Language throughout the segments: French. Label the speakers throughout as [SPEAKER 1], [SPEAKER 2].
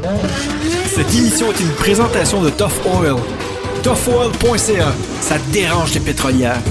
[SPEAKER 1] Cette émission est une présentation de Tough Oil. ToughOil.ca, ça dérange les pétrolières.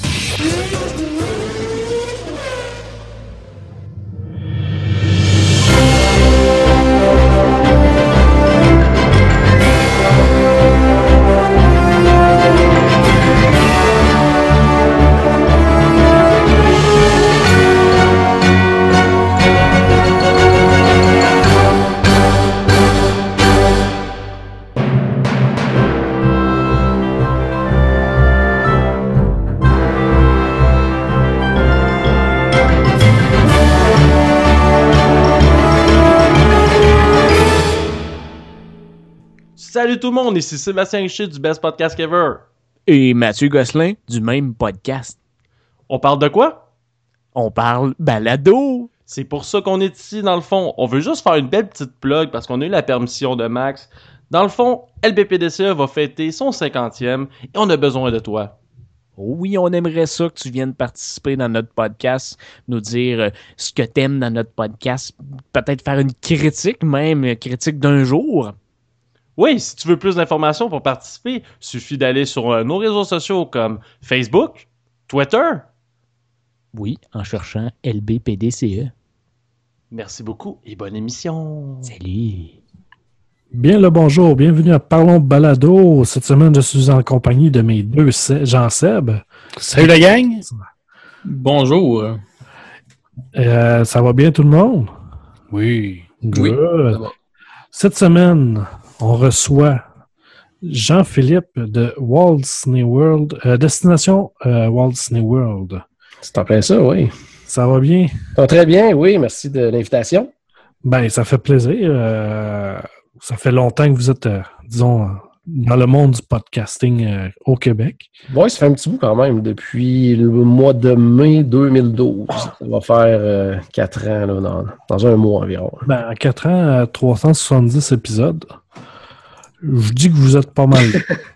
[SPEAKER 2] Salut tout le monde, ici Sébastien Richer du Best Podcast Ever.
[SPEAKER 3] Et Mathieu Gosselin du même podcast.
[SPEAKER 2] On parle de quoi?
[SPEAKER 3] On parle balado.
[SPEAKER 2] C'est pour ça qu'on est ici, dans le fond. On veut juste faire une belle petite plug parce qu'on a eu la permission de Max. Dans le fond, LBPDCA va fêter son 50e et on a besoin de toi.
[SPEAKER 3] Oh oui, on aimerait ça que tu viennes participer dans notre podcast, nous dire ce que t'aimes dans notre podcast, peut-être faire une critique même, critique d'un jour.
[SPEAKER 2] Oui, si tu veux plus d'informations pour participer, suffit d'aller sur nos réseaux sociaux comme Facebook, Twitter.
[SPEAKER 3] Oui, en cherchant LBPDCE.
[SPEAKER 2] Merci beaucoup et bonne émission.
[SPEAKER 3] Salut.
[SPEAKER 4] Bien le bonjour, bienvenue à Parlons Balado. Cette semaine, je suis en compagnie de mes deux Jean-Seb.
[SPEAKER 5] Salut la gang! Bonjour.
[SPEAKER 4] Ça va bien tout le monde?
[SPEAKER 5] Oui.
[SPEAKER 4] Good.
[SPEAKER 5] Oui.
[SPEAKER 4] Cette semaine, on reçoit Jean-Philippe de Walt Disney World, Destination Walt Disney World.
[SPEAKER 6] C'est en plein ça, oui.
[SPEAKER 4] Ça va bien?
[SPEAKER 6] Ça va très bien, oui. Merci de l'invitation.
[SPEAKER 4] Ben, ça fait plaisir. Ça fait longtemps que vous êtes, disons, dans le monde du podcasting au Québec.
[SPEAKER 6] Oui, ça fait un petit bout quand même, depuis le mois de mai 2012. Ça va faire 4 ans, là, dans un mois environ.
[SPEAKER 4] Ben, 4 ans, 370 épisodes. Je dis que vous êtes pas mal.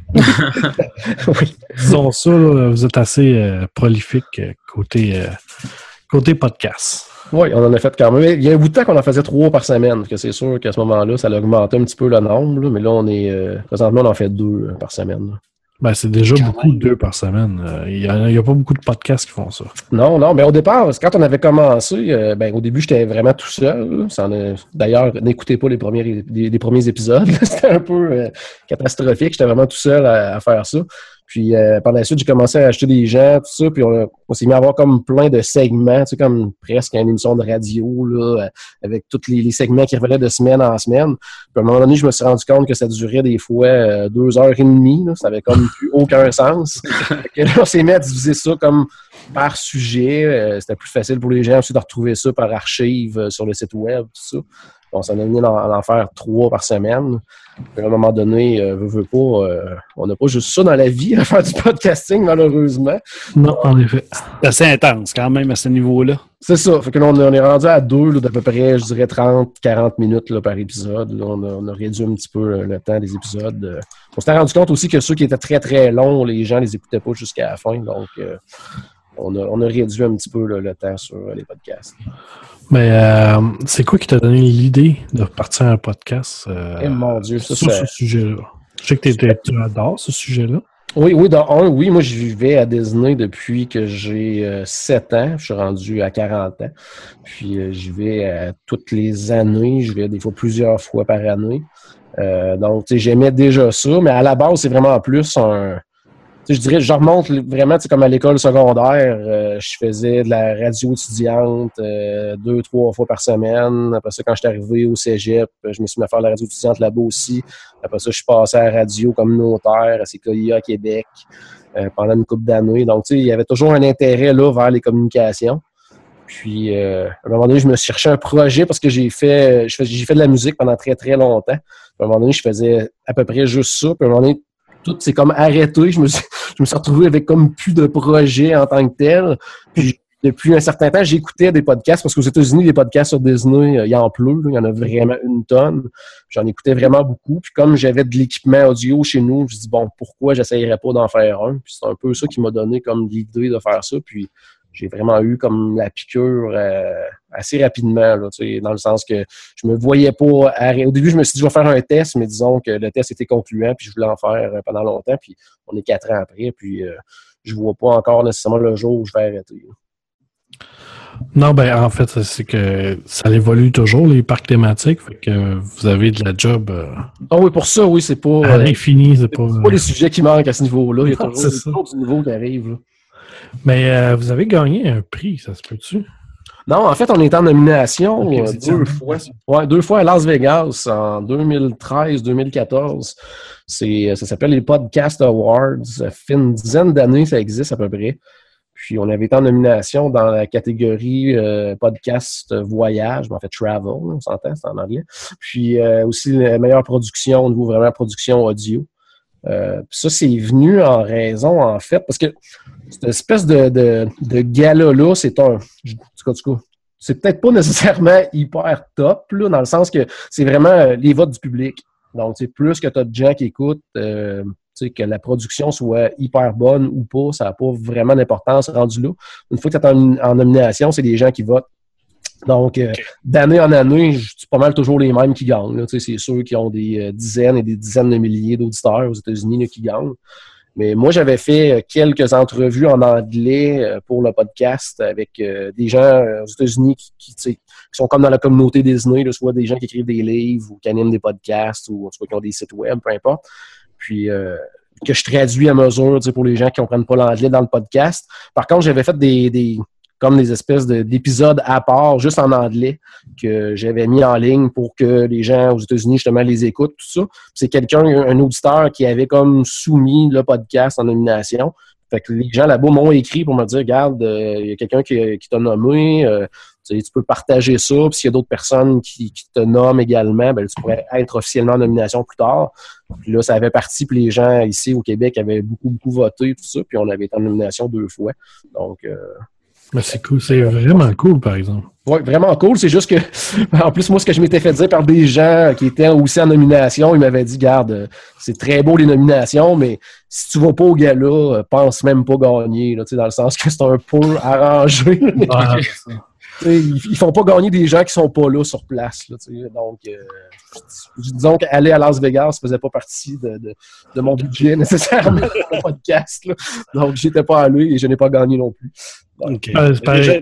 [SPEAKER 6] Oui.
[SPEAKER 4] Disons ça, là, vous êtes assez prolifique côté podcast.
[SPEAKER 6] Oui, on en a fait quand même. Il y a un bout de temps qu'on en faisait 3 par semaine, que c'est sûr qu'à ce moment-là, ça a augmenté un petit peu le nombre, là, mais là, on est présentement, on en fait 2 par semaine. Là.
[SPEAKER 4] Ben, c'est déjà beaucoup, 2 par semaine. Il y a pas beaucoup de podcasts qui font ça.
[SPEAKER 6] Non, mais au départ, quand on avait commencé, au début, j'étais vraiment tout seul. D'ailleurs, n'écoutez pas les premiers épisodes. C'était un peu catastrophique. J'étais vraiment tout seul à faire ça. Puis par la suite, j'ai commencé à acheter des gens, tout ça, puis on s'est mis à avoir comme plein de segments, tu sais, comme presque une émission de radio, là, avec tous les segments qui revenaient de semaine en semaine. Puis à un moment donné, je me suis rendu compte que ça durait des fois 2h30, là, ça avait comme plus aucun sens. Fait que là, on s'est mis à diviser ça comme par sujet. C'était plus facile pour les gens aussi de retrouver ça par archive sur le site web, tout ça. On s'en est venu en faire 3 par semaine. Puis à un moment donné, on n'a pas juste ça dans la vie à faire du podcasting, malheureusement.
[SPEAKER 4] Non, en effet.
[SPEAKER 5] C'est assez intense quand même à ce niveau-là.
[SPEAKER 6] C'est ça. Fait que là, on est rendu à 2 là, d'à peu près, je dirais 30-40 minutes là, par épisode. Là, on a réduit un petit peu le temps des épisodes. On s'est rendu compte aussi que ceux qui étaient très très longs, les gens les écoutaient pas jusqu'à la fin. Donc, on a réduit un petit peu là, le temps sur les podcasts.
[SPEAKER 4] Mais c'est quoi qui t'a donné l'idée de partir un podcast
[SPEAKER 6] mon Dieu,
[SPEAKER 4] sur ce sujet-là? Je sais que tu adores ce sujet-là.
[SPEAKER 6] Oui, moi je vivais à Disney depuis que j'ai 7 ans. Je suis rendu à 40 ans. Puis j'y vais toutes les années. Je vais des fois plusieurs fois par année. Donc, j'aimais déjà ça. Mais à la base, c'est vraiment plus un... je dirais, je remonte vraiment comme à l'école secondaire. Je faisais de la radio étudiante 2-3 fois par semaine. Après ça, quand j'étais arrivé au cégep, je me suis mis à faire la radio étudiante là-bas aussi. Après ça, je suis passé à la radio communautaire à CKIA à Québec pendant une couple d'années. Donc, il y avait toujours un intérêt là vers les communications. Puis, à un moment donné, je me suis cherché un projet parce que j'ai fait de la musique pendant très, très longtemps. Puis, à un moment donné, je faisais à peu près juste ça. Puis, à un moment donné, tout s'est comme arrêté. Je me suis retrouvé avec comme plus de projet en tant que tel. Puis depuis un certain temps, j'écoutais des podcasts parce qu'aux États-Unis, les podcasts sur Disney, il y en pleut. Là, il y en a vraiment une tonne. J'en écoutais vraiment beaucoup. Puis comme j'avais de l'équipement audio chez nous, je me suis dit, bon, pourquoi j'essayerais pas d'en faire un? Puis c'est un peu ça qui m'a donné comme l'idée de faire ça. Puis j'ai vraiment eu comme la piqûre assez rapidement, là, dans le sens que je me voyais pas arrêter. Au début, je me suis dit, je vais faire un test, mais disons que le test était concluant, puis je voulais en faire pendant longtemps, puis on est 4 ans après, puis je vois pas encore nécessairement le jour où je vais arrêter.
[SPEAKER 4] Non, ben en fait, c'est que ça évolue toujours, les parcs thématiques, fait que vous avez de la job
[SPEAKER 6] Ah oui, pour ça, oui, c'est pas...
[SPEAKER 4] à l'infini, c'est pas
[SPEAKER 6] les sujets qui manquent à ce niveau-là. Il y a
[SPEAKER 4] Non,
[SPEAKER 6] toujours du nouveau qui arrive, là.
[SPEAKER 4] Mais vous avez gagné un prix, ça se peut-tu?
[SPEAKER 6] Non, en fait, on est en nomination
[SPEAKER 4] Ok,
[SPEAKER 6] 2 fois. Ouais, 2 fois à Las Vegas, en 2013-2014. Ça s'appelle les Podcast Awards. Ça fait une dizaine d'années, ça existe à peu près. Puis, on avait été en nomination dans la catégorie podcast voyage, mais en fait travel, on s'entend, c'est en anglais. Puis, aussi la meilleure production au niveau vraiment production audio. Puis ça, c'est venu en raison, en fait, parce que cette espèce de gala-là, c'est c'est peut-être pas nécessairement hyper top, là, dans le sens que c'est vraiment les votes du public. Donc, c'est plus que tu as de gens qui écoutent, que la production soit hyper bonne ou pas, ça n'a pas vraiment d'importance rendu là. Une fois que tu es en nomination, c'est les gens qui votent. Donc, d'année en année, c'est pas mal toujours les mêmes qui gagnent. Là. C'est ceux qui ont des dizaines et des dizaines de milliers d'auditeurs aux États-Unis là, qui gagnent. Mais moi, j'avais fait quelques entrevues en anglais pour le podcast avec des gens aux États-Unis qui sont comme dans la communauté Disney, là, soit des gens qui écrivent des livres ou qui animent des podcasts ou soit qui ont des sites web, peu importe. Puis que je traduis à mesure pour les gens qui ne comprennent pas l'anglais dans le podcast. Par contre, j'avais fait comme des espèces d'épisodes à part, juste en anglais, que j'avais mis en ligne pour que les gens aux États-Unis, justement, les écoutent, tout ça. C'est un auditeur qui avait comme soumis le podcast en nomination. Fait que les gens là-bas m'ont écrit pour me dire, regarde, il y a quelqu'un qui t'a nommé, tu peux partager ça, puis s'il y a d'autres personnes qui te nomment également, ben, tu pourrais être officiellement en nomination plus tard. Puis là, ça avait parti, puis les gens ici au Québec avaient beaucoup voté, tout ça, puis on avait été en nomination 2 fois. Donc...
[SPEAKER 4] Mais c'est cool, c'est vraiment cool, par exemple.
[SPEAKER 6] Oui, vraiment cool. C'est juste que, en plus, moi, ce que je m'étais fait dire par des gens qui étaient aussi en nomination, ils m'avaient dit, garde, c'est très beau les nominations, mais si tu vas pas au gala, pense même pas gagner, là, dans le sens que c'est un peu arrangé.
[SPEAKER 4] Ah,
[SPEAKER 6] ils font pas gagner des gens qui sont pas là sur place. Là, donc, disons qu'aller à Las Vegas ne faisait pas partie de mon budget nécessairement pour le podcast. Là. Donc, j'étais pas allé et je n'ai pas gagné non plus.
[SPEAKER 5] OK. Déjà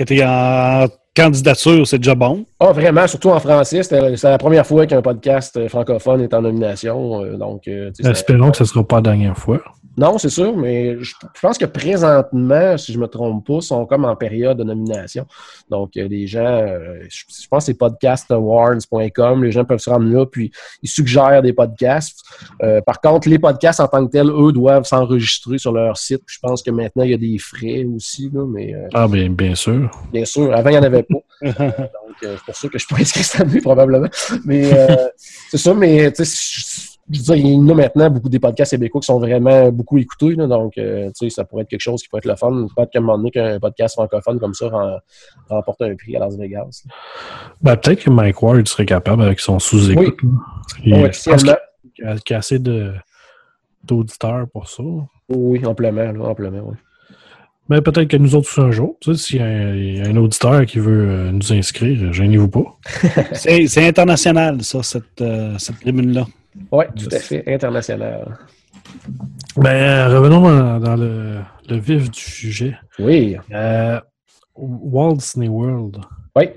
[SPEAKER 5] en candidature, c'est déjà bon.
[SPEAKER 6] Ah, vraiment, surtout en français. C'est la première fois qu'un podcast francophone est en nomination.
[SPEAKER 4] Espérons que ce ne sera pas la dernière fois.
[SPEAKER 6] Non, c'est sûr, mais je pense que présentement, si je me trompe pas, sont comme en période de nomination. Donc, les gens, je pense que c'est podcastawards.com, les gens peuvent se rendre là, puis ils suggèrent des podcasts. Par contre, les podcasts en tant que tels, eux, doivent s'enregistrer sur leur site. Je pense que maintenant, il y a des frais aussi, là, mais...
[SPEAKER 4] Ah, bien sûr.
[SPEAKER 6] Bien sûr, avant, il n'y en avait pas. Donc, c'est pour ça que je suis pas inscrit cette année, probablement. Mais c'est ça, mais tu sais, je veux dire, il y en a maintenant beaucoup des podcasts québécois qui sont vraiment beaucoup écoutés. Là, donc, tu sais, ça pourrait être quelque chose qui pourrait être le fun. Peut-être qu'à un moment donné, qu'un podcast francophone comme ça remporte un prix à Las Vegas.
[SPEAKER 4] Ben, peut-être que Mike Ward serait capable avec son sous-écoute.
[SPEAKER 6] Oui, officiellement.
[SPEAKER 4] Il y a assez d'auditeurs pour ça.
[SPEAKER 6] Oui, amplement, oui.
[SPEAKER 4] Ben, peut-être que nous autres, un jour, tu sais, s'il y a un auditeur qui veut nous inscrire, gênez-vous pas.
[SPEAKER 5] C'est international, ça, cette tribune-là.
[SPEAKER 6] Oui, tout à fait, international.
[SPEAKER 4] Ben, revenons dans le vif du sujet.
[SPEAKER 6] Oui.
[SPEAKER 4] Walt Disney World.
[SPEAKER 6] Oui.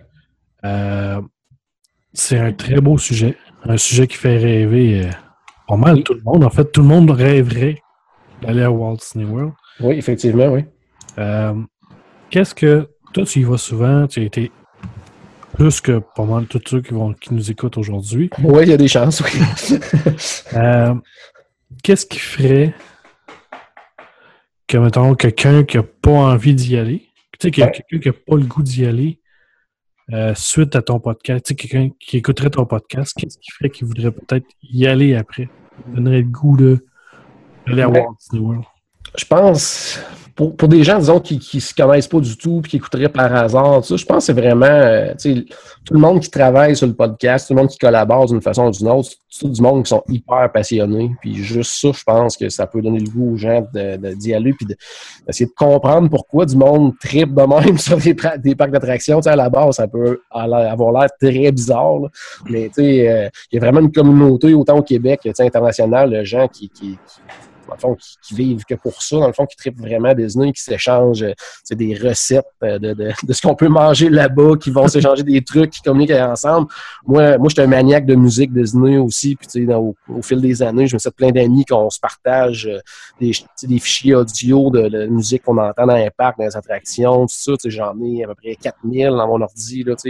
[SPEAKER 4] C'est un très beau sujet. Un sujet qui fait rêver pas mal tout le monde. En fait, tout le monde rêverait d'aller à Walt Disney World.
[SPEAKER 6] Oui, effectivement, oui.
[SPEAKER 4] Qu'est-ce que... Toi, tu y vas souvent. Tu as été plus que pas mal tous ceux qui nous écoutent aujourd'hui.
[SPEAKER 6] Oui, il y a des chances, oui.
[SPEAKER 4] Qu'est-ce qui ferait que, mettons, quelqu'un qui n'a pas envie d'y aller, tu sais, quelqu'un qui n'a pas le goût d'y aller, suite à ton podcast, tu sais, quelqu'un qui écouterait ton podcast, qu'est-ce qui ferait qu'il voudrait peut-être y aller après? Il donnerait le goût d'aller à Walt Disney World.
[SPEAKER 6] Je pense pour des gens, disons, qui se connaissent pas du tout et qui écouteraient par hasard, ça, je pense que c'est vraiment, tout le monde qui travaille sur le podcast, tout le monde qui collabore d'une façon ou d'une autre, c'est tout du monde qui sont hyper passionnés. Puis juste ça, je pense que ça peut donner le goût aux gens d'y aller puis d'essayer de comprendre pourquoi du monde tripe de même sur des parcs d'attractions. À la base, ça peut avoir l'air très bizarre, là. Mais il y a vraiment une communauté, autant au Québec international, de gens qui dans le fond, qui vivent que pour ça, dans le fond, qui trippent vraiment Disney, qui s'échangent des recettes de ce qu'on peut manger là-bas, qui vont s'échanger des trucs, qui communiquent ensemble. Moi, j'étais un maniaque de musique Disney aussi, puis au fil des années, je me suis fait plein d'amis qu'on se partage des fichiers audio de musique qu'on entend dans les parcs, dans les attractions, tout ça. J'en ai à peu près 4000 dans mon ordi, là,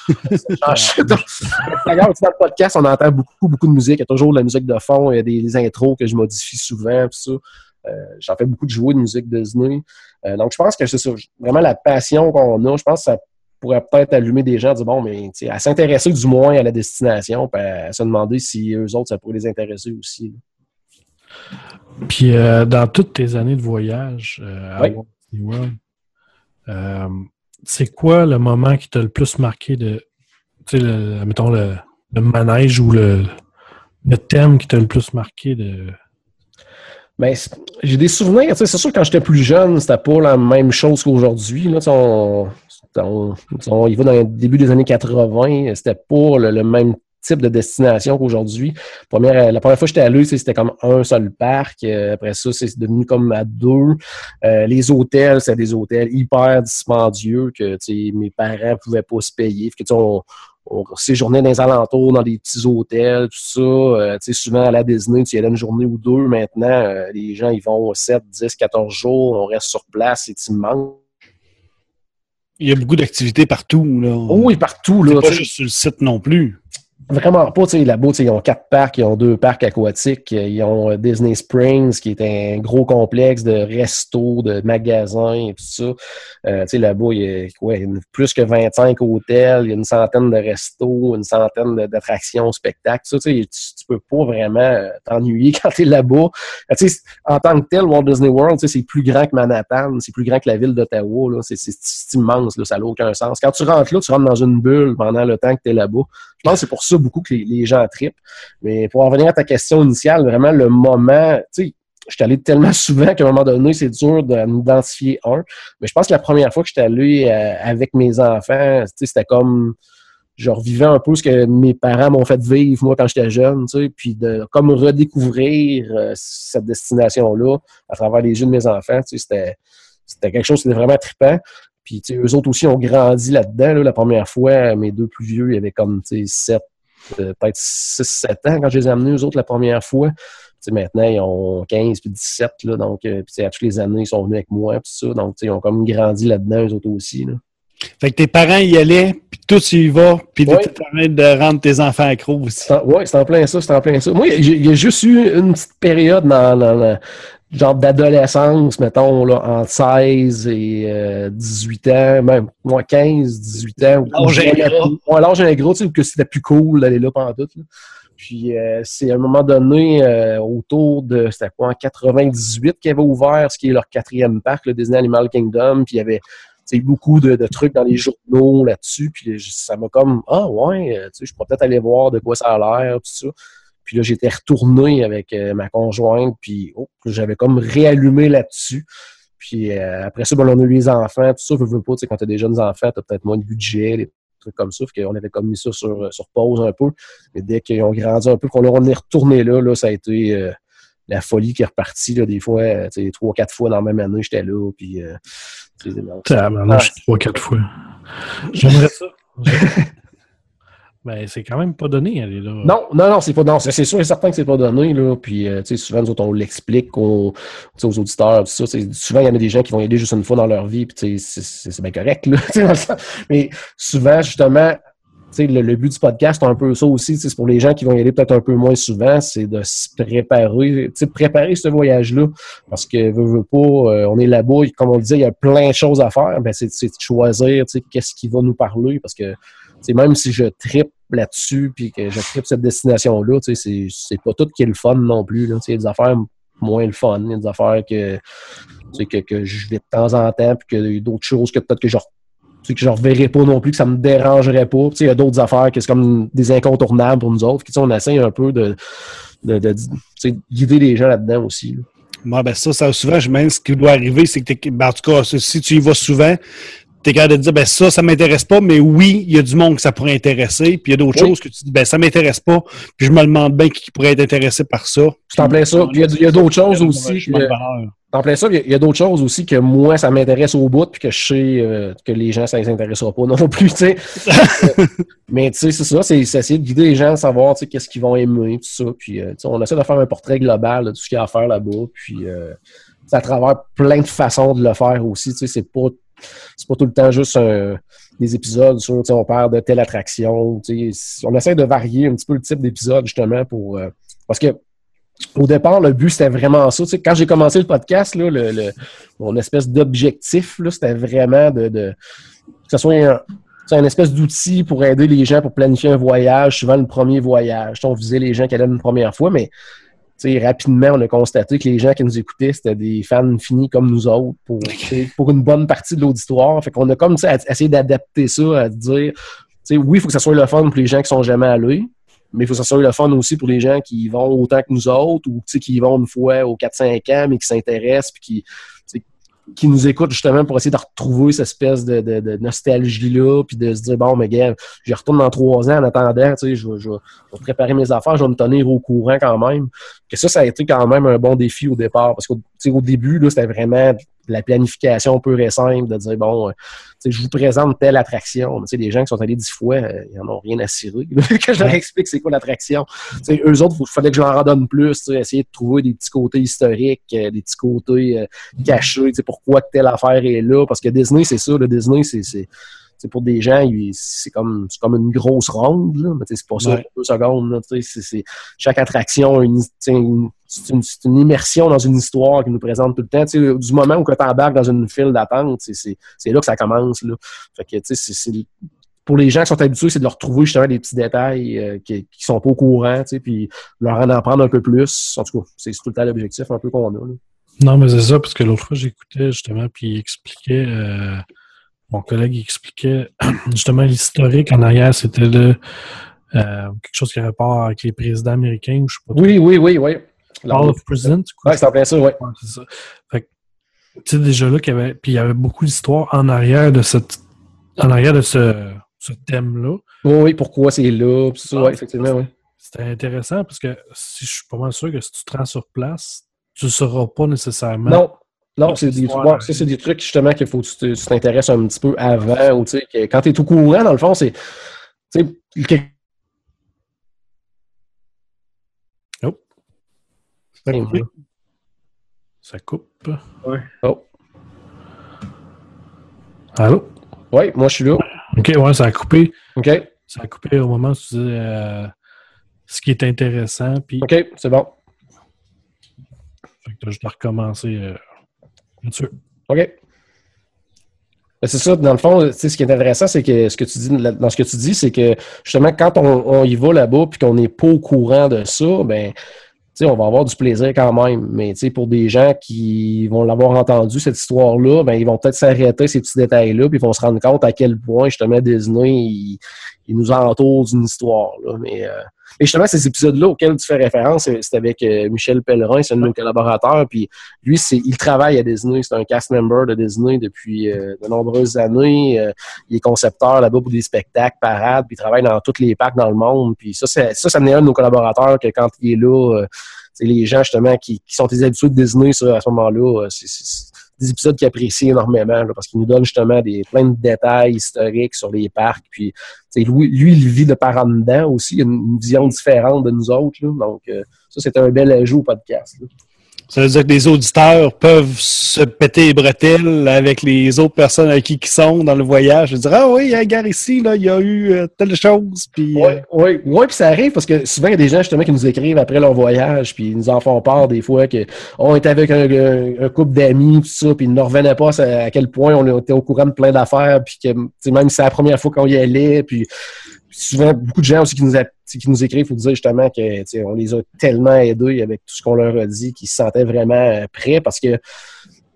[SPEAKER 6] D'ailleurs, dans le podcast, on entend beaucoup de musique. Il y a toujours de la musique de fond, il y a des intros que je modifie souvent, tout ça. J'en fais beaucoup de jouer de musique Disney. Donc, je pense que c'est ça. Vraiment, la passion qu'on a, je pense que ça pourrait peut-être allumer des gens à dire, bon, mais à s'intéresser du moins à la destination, puis à se demander si eux autres, ça pourrait les intéresser aussi.
[SPEAKER 4] Puis, dans toutes tes années de voyage à Walt Disney World, c'est quoi le moment qui t'a le plus marqué mettons, le manège ou le thème qui t'a le plus marqué de...
[SPEAKER 6] Ben, j'ai des souvenirs. C'est sûr que quand j'étais plus jeune, c'était pas la même chose qu'aujourd'hui. Là, on y va dans le début des années 80. C'était pas le même type de destination qu'aujourd'hui. La première fois que j'étais allé, c'était comme un seul parc. Après ça, c'est devenu comme à deux. Les hôtels, c'est des hôtels hyper dispendieux que mes parents pouvaient pas se payer. Fait que, on séjournait dans les alentours, dans des petits hôtels, tout ça. Souvent à la Disney, tu y allais une journée ou deux. Maintenant, les gens, ils vont 7, 10, 14 jours. On reste sur place, c'est immense.
[SPEAKER 5] Il y a beaucoup d'activités partout, là.
[SPEAKER 6] Oh, oui, partout, là.
[SPEAKER 5] C'est pas juste sur le site non plus.
[SPEAKER 6] Vraiment pas, là-bas, ils ont 4 parcs, ils ont 2 parcs aquatiques, ils ont Disney Springs, qui est un gros complexe de restos, de magasins et tout ça. Là-bas, il y a plus que 25 hôtels, il y a une centaine de restos, une centaine d'attractions, spectacles. Ça, tu peux pas vraiment t'ennuyer quand t'es là-bas. En tant que tel, Walt Disney World, c'est plus grand que Manhattan, c'est plus grand que la ville d'Ottawa. Là. C'est immense, là, ça n'a aucun sens. Quand tu rentres là, tu rentres dans une bulle pendant le temps que t'es là-bas. Je pense que c'est pour ça beaucoup que les gens trippent. Mais pour en revenir à ta question initiale, vraiment, le moment, je suis allé tellement souvent qu'à un moment donné, c'est dur d'en identifier un. Mais je pense que la première fois que j'étais allé avec mes enfants, c'était comme, je revivais un peu ce que mes parents m'ont fait vivre, moi, quand j'étais jeune, puis de comme redécouvrir cette destination-là à travers les yeux de mes enfants, c'était quelque chose qui était vraiment trippant. Puis, eux autres aussi ont grandi là-dedans. Là, la première fois, mes 2 plus vieux, ils avaient comme, peut-être 6-7 ans quand je les ai amenés, eux autres, la première fois. Maintenant, ils ont 15 puis 17, là, donc, à toutes les années, ils sont venus avec moi, puis ça. Donc, ils ont comme grandi là-dedans, eux autres aussi, là.
[SPEAKER 5] Fait que tes parents y allaient, puis toi, tu y vas, puis là, tu permets de rendre tes enfants accros aussi.
[SPEAKER 6] Oui, c'est en plein ça, Moi, il y a juste eu une petite période dans genre d'adolescence, mettons, là, entre 16 et 18 ans, même, moi, 15, 18 ans. L'âge est gros, tu sais, que c'était plus cool d'aller là pendant tout, là. Puis, c'est à un moment donné, autour de, c'était quoi, en 98 qu'ils avaient ouvert, ce qui est leur 4e parc, le Disney Animal Kingdom, puis il y avait beaucoup de trucs dans les journaux là-dessus, puis ça m'a comme, je pourrais peut-être aller voir de quoi ça a l'air, tout ça. Puis là, j'étais retourné avec ma conjointe, puis j'avais comme réallumé là-dessus. Puis après ça, on a eu les enfants, tout ça, veux pas, quand t'as des jeunes enfants, t'as peut-être moins de budget, des trucs comme ça. Fait qu'on avait comme mis ça sur pause un peu. Mais dès qu'ils ont grandi un peu, qu'on est retourné là, ça a été la folie qui est repartie, là, des fois, 3-4 fois dans la même année, j'étais là, puis...
[SPEAKER 4] Maintenant, je suis 3-4 fois. J'aimerais ça. Ben, c'est quand même pas donné, aller là.
[SPEAKER 6] Non, c'est pas donné. C'est sûr et certain que c'est pas donné, là. Puis, souvent, nous autres, on l'explique aux auditeurs, tout ça. Souvent, il y en a des gens qui vont y aller juste une fois dans leur vie, puis, c'est bien correct, là. Mais souvent, justement, le but du podcast, c'est un peu ça aussi. C'est pour les gens qui vont y aller peut-être un peu moins souvent, c'est de se préparer ce voyage-là. Parce que, veut pas, on est là-bas, et comme on le disait, il y a plein de choses à faire. Ben, c'est de choisir, qu'est-ce qui va nous parler. Parce que, même si je trippe là-dessus puis que je trippe cette destination-là, c'est pas tout qui est le fun non plus. Il y a des affaires moins le fun. Il y a des affaires que je vais de temps en temps, puis qu'il y a d'autres choses que peut-être que je reverrai pas non plus, que ça me dérangerait pas. Il y a d'autres affaires que c'est comme des incontournables pour nous autres. On essaie un peu de guider les gens là-dedans aussi. Là.
[SPEAKER 5] Moi, ben ça, souvent, ce qui doit arriver, c'est que en tout cas, si tu y vas souvent, tu es capable de dire, ben ça m'intéresse pas, mais oui, il y a du monde que ça pourrait intéresser, puis il y a d'autres choses que tu dis, ben ça m'intéresse pas, puis je me demande bien qui pourrait être intéressé par ça.
[SPEAKER 6] C'est en plein ça. Puis il y a d'autres choses aussi. En plein ça, il y a d'autres choses aussi que moi, ça m'intéresse au bout, puis que je sais que les gens, ça les intéressera pas non plus, tu sais. Mais tu sais, c'est ça, c'est essayer de guider les gens, de savoir, tu sais, qu'est-ce qu'ils vont aimer, tout ça. Puis, on essaie de faire un portrait global de tout ce qu'il y a à faire là-bas. Puis, c'est à travers plein de façons de le faire aussi, tu sais, c'est pas tout le temps juste des épisodes sur, tu sais, on parle de telle attraction, tu sais. On essaie de varier un petit peu le type d'épisode, justement, pour... parce que au départ, le but, c'était vraiment ça. Tu sais, quand j'ai commencé le podcast, là, mon espèce d'objectif, là, c'était vraiment que ce soit une espèce d'outil pour aider les gens pour planifier un voyage, souvent le premier voyage. Tu sais, on visait les gens qui allaient une première fois, mais tu sais, rapidement, on a constaté que les gens qui nous écoutaient, c'était des fans finis comme nous autres pour une bonne partie de l'auditoire. Fait qu'on a comme essayé d'adapter ça, à dire, tu sais, oui, il faut que ça soit le fun pour les gens qui sont jamais allés. Mais il faut que ça soit le fun aussi pour les gens qui y vont autant que nous autres ou qui y vont une fois aux 4-5 ans, mais qui s'intéressent puis qui nous écoutent justement pour essayer de retrouver cette espèce de nostalgie-là puis de se dire, bon, mais gars, j'y retourne dans 3 ans en attendant, je vais préparer mes affaires, je vais me tenir au courant quand même. Que ça a été quand même un bon défi au départ parce qu'au début, là, c'était vraiment la planification pure et simple de dire, bon, je vous présente telle attraction. Mais les gens qui sont allés 10 fois, ils n'en ont rien à cirer. Que je leur explique c'est quoi l'attraction. Eux autres, il fallait que je leur en donne plus, essayer de trouver des petits côtés historiques, des petits côtés cachés, pourquoi telle affaire est là. Parce que Disney, c'est ça. Le Disney, c'est pour des gens, c'est comme une grosse ronde, là, mais c'est pas ça, 2 secondes. Là, chaque attraction, c'est une immersion dans une histoire qui nous présente tout le temps. Du moment où tu embarques dans une file d'attente, c'est là que ça commence. Là. Fait que, pour les gens qui sont habitués, c'est de leur retrouver justement des petits détails qui sont pas au courant, puis leur en apprendre un peu plus. En tout cas, c'est tout le temps l'objectif un peu qu'on a. Là.
[SPEAKER 4] Non, mais c'est ça, parce que l'autre fois, j'écoutais justement, puis il expliquait... mon collègue expliquait justement l'historique en arrière, c'était quelque chose qui a rapport avec les présidents américains, ou je sais pas.
[SPEAKER 6] Oui.
[SPEAKER 4] Hall of Presidents,
[SPEAKER 6] oui, c'est en plein ça, oui.
[SPEAKER 4] Ouais, c'est ça. Fait que, tu sais, déjà là, il y avait beaucoup d'histoires en arrière de ce thème-là.
[SPEAKER 6] Oui, pourquoi c'est là, puis ça, effectivement, oui.
[SPEAKER 4] C'était intéressant parce que je suis pas mal sûr que si tu te rends sur place, tu ne sauras pas nécessairement.
[SPEAKER 6] Non, c'est des trucs justement qu'il faut que tu t'intéresses un petit peu avant, ou tu sais, quand tu es au courant, dans le fond, c'est.
[SPEAKER 4] Oh. Ça coupe. Ça coupe.
[SPEAKER 6] Oui. Oh.
[SPEAKER 4] Allô?
[SPEAKER 6] Oui, moi je suis là.
[SPEAKER 4] OK, ouais, ça a coupé.
[SPEAKER 6] OK.
[SPEAKER 4] Ça a coupé au moment où tu dis ce qui est intéressant. Puis...
[SPEAKER 6] OK, c'est bon.
[SPEAKER 4] Fait que je dois recommencer. Bien-sûr.
[SPEAKER 6] OK. Ben, c'est ça, dans le fond, ce qui est intéressant, c'est que ce que tu dis, c'est que justement, quand on y va là-bas puis qu'on n'est pas au courant de ça, ben, on va avoir du plaisir quand même. Mais pour des gens qui vont l'avoir entendu, cette histoire-là, ben, ils vont peut-être s'arrêter ces petits détails-là, puis ils vont se rendre compte à quel point, justement, Disney, il nous entoure d'une histoire. Là. Mais justement, ces épisodes-là auxquels tu fais référence, c'est avec Michel Pellerin, c'est un de nos collaborateurs, puis lui, il travaille à Disney, c'est un cast member de Disney depuis de nombreuses années. Il est concepteur là-bas pour des spectacles, parades, puis il travaille dans tous les parcs dans le monde. Puis ça n'est un de nos collaborateurs que quand il est là, c'est les gens justement qui sont des habitués de Disney ça, à ce moment-là, c'est des épisodes qu'il apprécie énormément là, parce qu'il nous donne justement plein de détails historiques sur les parcs. Puis lui, il vit de par en dedans aussi. Il a une vision différente de nous autres. Là, donc, ça, c'est un bel ajout au podcast. Là.
[SPEAKER 5] Ça veut dire que les auditeurs peuvent se péter les bretelles avec les autres personnes avec qui ils sont dans le voyage et dire « Ah oui, regarde ici, là, il y a eu telle chose. » Puis
[SPEAKER 6] Oui, puis ça arrive parce que souvent, il y a des gens justement qui nous écrivent après leur voyage puis ils nous en font part des fois qu'on était avec un couple d'amis tout ça, puis ils ne revenaient pas à quel point on était au courant de plein d'affaires puis que même si c'est la première fois qu'on y allait, puis souvent, beaucoup de gens aussi qui nous écrivent pour dire justement que on les a tellement aidés avec tout ce qu'on leur a dit, qu'ils se sentaient vraiment prêts parce que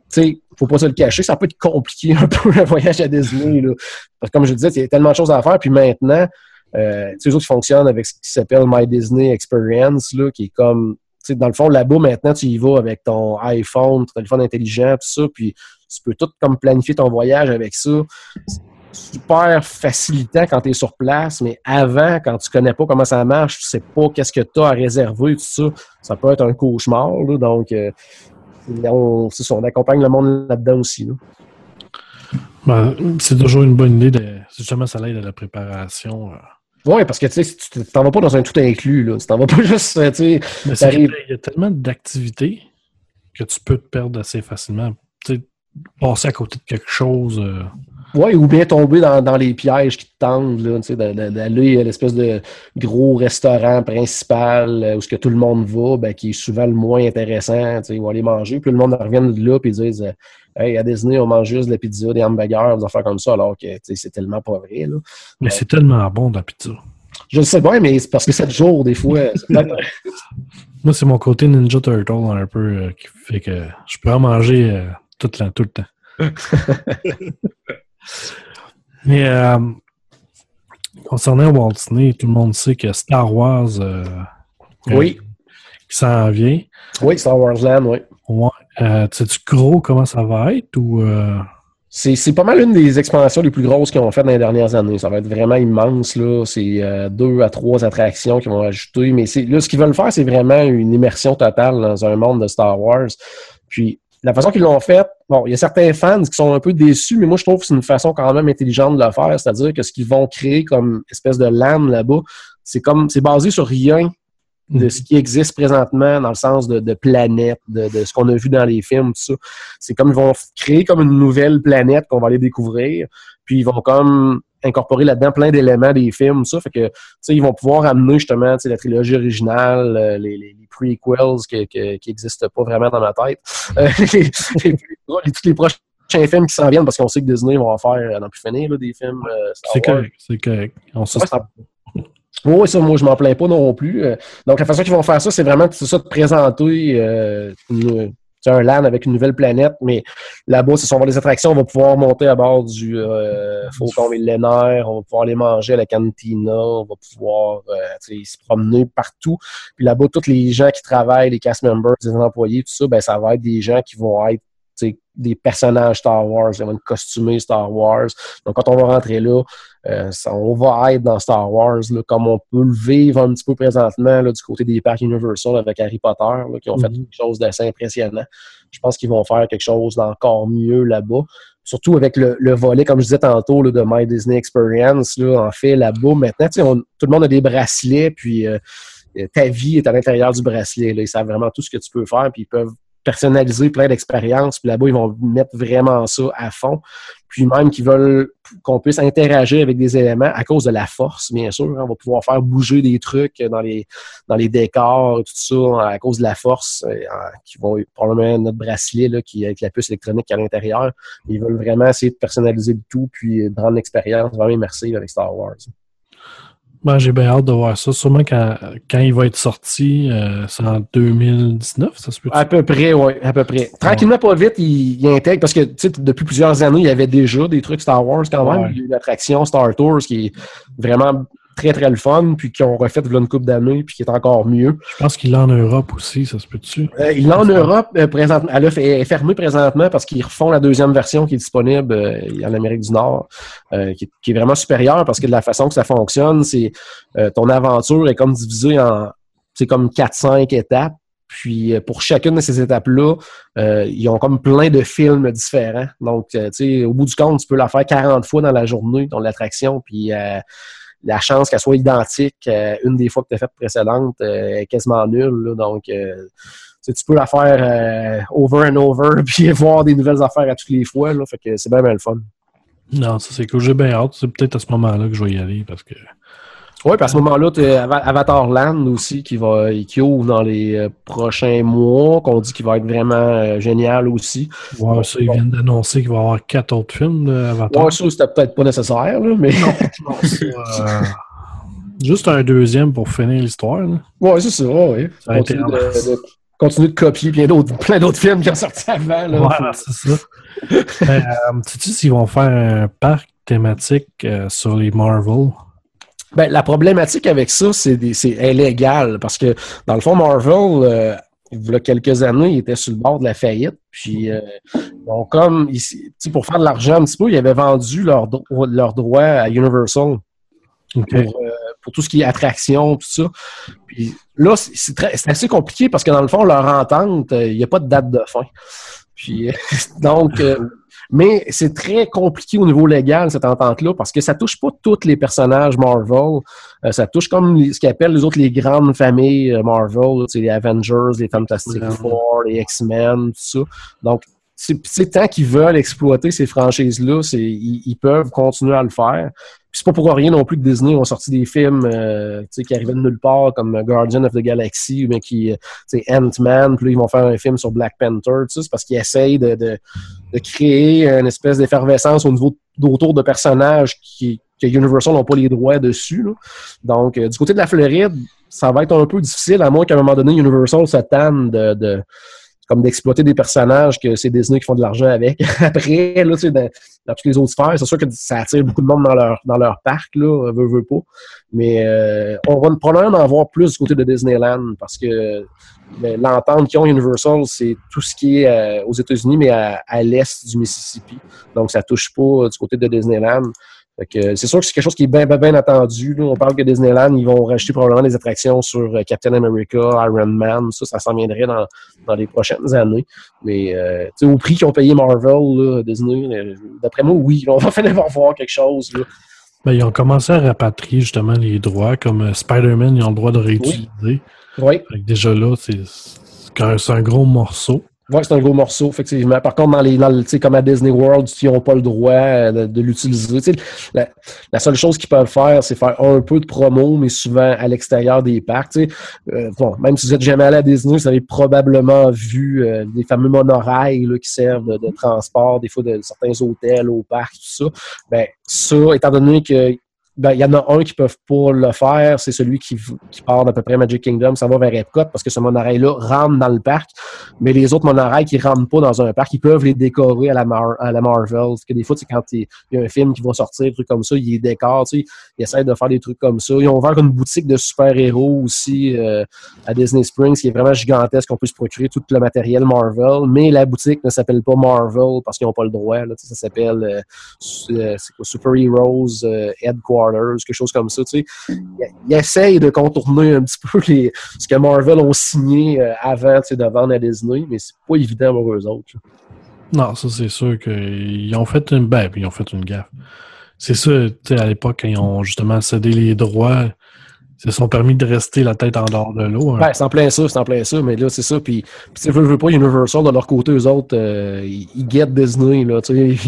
[SPEAKER 6] sais, faut pas se le cacher, ça peut être compliqué un peu un voyage à Disney, là. Parce que comme je disais, il y a tellement de choses à faire, puis maintenant, les autres fonctionnent avec ce qui s'appelle My Disney Experience, là, qui est comme, tu sais, dans le fond, là-bas, maintenant, tu y vas avec ton iPhone, ton téléphone intelligent, tout ça, puis tu peux tout comme planifier ton voyage avec ça. C'est super facilitant quand tu es sur place, mais avant, quand tu connais pas comment ça marche, tu sais pas qu'est-ce que tu as à réserver, tout ça, ça peut être un cauchemar, là. Donc, c'est ça, on accompagne le monde là-dedans aussi, là.
[SPEAKER 4] Ben, c'est toujours une bonne idée. Justement, ça l'aide à la préparation.
[SPEAKER 6] Oui, parce que tu sais, tu t'en vas pas dans un tout inclus, là. Tu t'en vas pas juste, tu sais.
[SPEAKER 4] Mais il y a tellement d'activités que tu peux te perdre assez facilement. Tu sais, passer à côté de quelque chose.
[SPEAKER 6] Oui, ou bien tomber dans les pièges qui te tendent, là, tu sais, d'aller à l'espèce de gros restaurant principal où ce que tout le monde va, ben, qui est souvent le moins intéressant, tu sais, ils vont aller manger, puis le monde revient de là, puis ils disent hey, à Disney, on mange juste de la pizza, des hamburgers, des affaires comme ça, alors que, tu sais, c'est tellement pas vrai, là.
[SPEAKER 4] Mais c'est tellement bon, de la pizza.
[SPEAKER 6] Je le sais bien, mais c'est parce que 7 jours, des fois,
[SPEAKER 4] Moi, c'est mon côté Ninja Turtle, un peu, qui fait que je peux en manger tout le temps. Mais concernant Walt Disney, tout le monde sait que Star Wars
[SPEAKER 6] oui.
[SPEAKER 4] qui s'en vient.
[SPEAKER 6] Oui, Star Wars Land, oui.
[SPEAKER 4] Ouais. Sais-tu gros comment ça va être ou
[SPEAKER 6] C'est pas mal une des expansions les plus grosses qu'ils ont faites dans les dernières années. Ça va être vraiment immense, là. C'est 2 à 3 attractions qu'ils vont ajouter. Mais là, ce qu'ils veulent faire, c'est vraiment une immersion totale dans un monde de Star Wars. Puis, la façon qu'ils l'ont fait, bon, il y a certains fans qui sont un peu déçus, mais moi, je trouve que c'est une façon quand même intelligente de le faire. C'est-à-dire que ce qu'ils vont créer comme espèce de land là-bas, c'est basé sur rien de ce qui existe présentement dans le sens de planète, de ce qu'on a vu dans les films, tout ça. C'est comme ils vont créer comme une nouvelle planète qu'on va aller découvrir, puis ils vont comme incorporer là-dedans plein d'éléments des films, tout ça. Fait que, tu sais, ils vont pouvoir amener justement, tu sais, la trilogie originale, les prequels qui n'existent pas vraiment dans ma tête, tous les prochains films qui s'en viennent, parce qu'on sait que Disney va en faire, n'en plus finir, là, des films.
[SPEAKER 4] C'est correct. On se
[SPEAKER 6] oui, ça, moi, je m'en plains pas non plus. Donc, la façon qu'ils vont faire ça, c'est vraiment de présenter un land avec une nouvelle planète, mais là-bas, ce sont des attractions, on va pouvoir monter à bord du Faucon millénaire, on va pouvoir aller manger à la cantina, on va pouvoir se promener partout. Puis là-bas, tous les gens qui travaillent, les cast members, les employés, tout ça, ben ça va être des gens qui vont être des personnages Star Wars, ils vont être costumés Star Wars. Donc, quand on va rentrer là, on va être dans Star Wars, là, comme on peut le vivre un petit peu présentement là, du côté des parcs Universal avec Harry Potter, là, qui ont fait quelque chose d'assez impressionnant. Je pense qu'ils vont faire quelque chose d'encore mieux là-bas. Surtout avec le volet, comme je disais tantôt, là, de My Disney Experience, là, en fait, là-bas, maintenant, tout le monde a des bracelets, puis ta vie est à l'intérieur du bracelet. Là. Ils savent vraiment tout ce que tu peux faire, puis ils peuvent personnaliser plein d'expériences, puis là-bas, ils vont mettre vraiment ça à fond. Puis même qu'ils veulent qu'on puisse interagir avec des éléments à cause de la force, bien sûr. On va pouvoir faire bouger des trucs dans les décors, tout ça, à cause de la force, qui vont probablement notre bracelet, là, qui avec la puce électronique à l'intérieur. Ils veulent vraiment essayer de personnaliser le tout, puis de rendre l'expérience vraiment immersive avec Star Wars.
[SPEAKER 4] Ben, j'ai bien hâte de voir ça. Sûrement quand il va être sorti, c'est en 2019, ça se peut?
[SPEAKER 6] À peu près, oui, à peu près. Tranquillement, pas vite, il intègre, parce que depuis plusieurs années, il y avait déjà des trucs Star Wars quand même. Ouais. Il y a eu une attraction Star Tours qui est vraiment très, très le fun, puis qui ont refait une couple d'années, puis qui est encore mieux.
[SPEAKER 4] Je pense qu'il l'a en Europe aussi, ça se peut-tu?
[SPEAKER 6] Il l'a en Europe présentement. Elle est fermée présentement parce qu'ils refont la deuxième version qui est disponible en Amérique du Nord, qui est vraiment supérieure parce que de la façon que ça fonctionne, c'est ton aventure est comme divisée en c'est comme 4-5 étapes. Puis, pour chacune de ces étapes-là, ils ont comme plein de films différents. Donc, tu sais, au bout du compte, tu peux la faire 40 fois dans la journée, dans l'attraction, puis la chance qu'elle soit identique une des fois que tu as faites précédentes est quasiment nulle. Là. Donc, tu peux la faire over and over puis voir des nouvelles affaires à toutes les fois. Là. Fait que c'est bien le fun.
[SPEAKER 4] Non, ça c'est cool. J'ai bien hâte. C'est peut-être à ce moment-là que je vais y aller parce que...
[SPEAKER 6] Oui, puis à ce moment-là, tu as Avatar Land aussi qui ouvre dans les prochains mois, qu'on dit qu'il va être vraiment génial aussi.
[SPEAKER 4] Ouais, ça, ils viennent d'annoncer qu'il va y avoir 4 autres films d'Avatar.
[SPEAKER 6] Ouais, ça, c'était peut-être pas nécessaire, là, mais...
[SPEAKER 4] Non, c'est juste un deuxième pour finir l'histoire.
[SPEAKER 6] Oui, c'est ça, oui. continuer de copier plein d'autres films qui ont sorti avant. Là.
[SPEAKER 4] Ouais, c'est ça. Sais-tu s'ils vont faire un parc thématique sur les Marvel?
[SPEAKER 6] Ben, la problématique avec ça, c'est illégal parce que, dans le fond, Marvel, il y a quelques années, il était sur le bord de la faillite. Puis, bon, comme, pour faire de l'argent un petit peu, ils avaient vendu leurs droits à Universal pour tout ce qui est attraction, tout ça. Puis là, c'est assez compliqué parce que, dans le fond, leur entente, il n'y a pas de date de fin. Puis, donc... mais c'est très compliqué au niveau légal, cette entente-là, parce que ça touche pas tous les personnages Marvel. Ça touche comme ce qu'ils appellent les autres les grandes familles Marvel, les Avengers, les Fantastic Four, les X-Men, tout ça. Donc, c'est tant qu'ils veulent exploiter ces franchises-là, ils peuvent continuer à le faire. Puis c'est pas pour rien non plus que Disney ont sorti des films qui arrivaient de nulle part, comme Guardian of the Galaxy, mais qui Ant-Man, puis là, ils vont faire un film sur Black Panther, c'est parce qu'ils essayent de créer une espèce d'effervescence au niveau d'autour de personnages que Universal n'ont pas les droits dessus. Là. Donc, du côté de la Floride, ça va être un peu difficile, à moins qu'à un moment donné, Universal se tanne comme d'exploiter des personnages que c'est Disney qui font de l'argent avec. Après, là, tu sais, dans toutes les autres sphères, c'est sûr que ça attire beaucoup de monde dans leur parc, là, veut pas. Mais on va probablement en voir plus du côté de Disneyland parce que l'entente qu'ils ont Universal, c'est tout ce qui est aux États-Unis, mais à l'est du Mississippi. Donc, ça touche pas du côté de Disneyland. Fait que c'est sûr que c'est quelque chose qui est bien attendu. Là. On parle que Disneyland, ils vont rajouter probablement des attractions sur Captain America, Iron Man. Ça s'en viendrait dans les prochaines années. Mais au prix qu'ils ont payé Marvel, là, Disney, d'après moi, oui, on va finir par voir quelque chose. Là.
[SPEAKER 4] Ben, ils ont commencé à rapatrier justement les droits, comme Spider-Man, ils ont le droit de réutiliser.
[SPEAKER 6] Oui.
[SPEAKER 4] Fait que déjà là, c'est un gros morceau.
[SPEAKER 6] Oui, c'est un gros morceau, effectivement. Par contre, comme à Disney World, ils n'ont pas le droit de l'utiliser. La seule chose qu'ils peuvent faire, c'est faire un peu de promo, mais souvent à l'extérieur des parcs. Même si vous n'êtes jamais allé à Disney, vous avez probablement vu des fameux monorails là, qui servent de transport, des fois de certains hôtels au parc, tout ça. Ben, ça, étant donné que il y en a un qui ne peuvent pas le faire, c'est celui qui part d'à peu près Magic Kingdom, ça va vers Epcot parce que ce monorail-là rentre dans le parc, mais les autres monorails qui ne rentrent pas dans un parc, ils peuvent les décorer à la Marvel. Parce que des fois, quand il y a un film qui va sortir, des trucs comme ça, ils les décorent, ils essaient de faire des trucs comme ça. Ils ont ouvert une boutique de super-héros aussi à Disney Springs qui est vraiment gigantesque, on peut se procurer tout le matériel Marvel, mais la boutique ne s'appelle pas Marvel parce qu'ils n'ont pas le droit. Là, ça s'appelle Super Heroes Headquarters, quelque chose comme ça. Ils essayent de contourner un petit peu ce que Marvel ont signé avant de vendre à Disney, mais c'est pas évident pour eux autres.
[SPEAKER 4] Non, ça c'est sûr qu'ils ont fait une gaffe. C'est ça, à l'époque, quand ils ont justement cédé les droits, ils se sont permis de rester la tête en dehors de l'eau. Hein.
[SPEAKER 6] Ben, c'est en plein ça, mais là, c'est ça. Puis veux pas, Universal, de leur côté, eux autres, ils guettent Disney, là,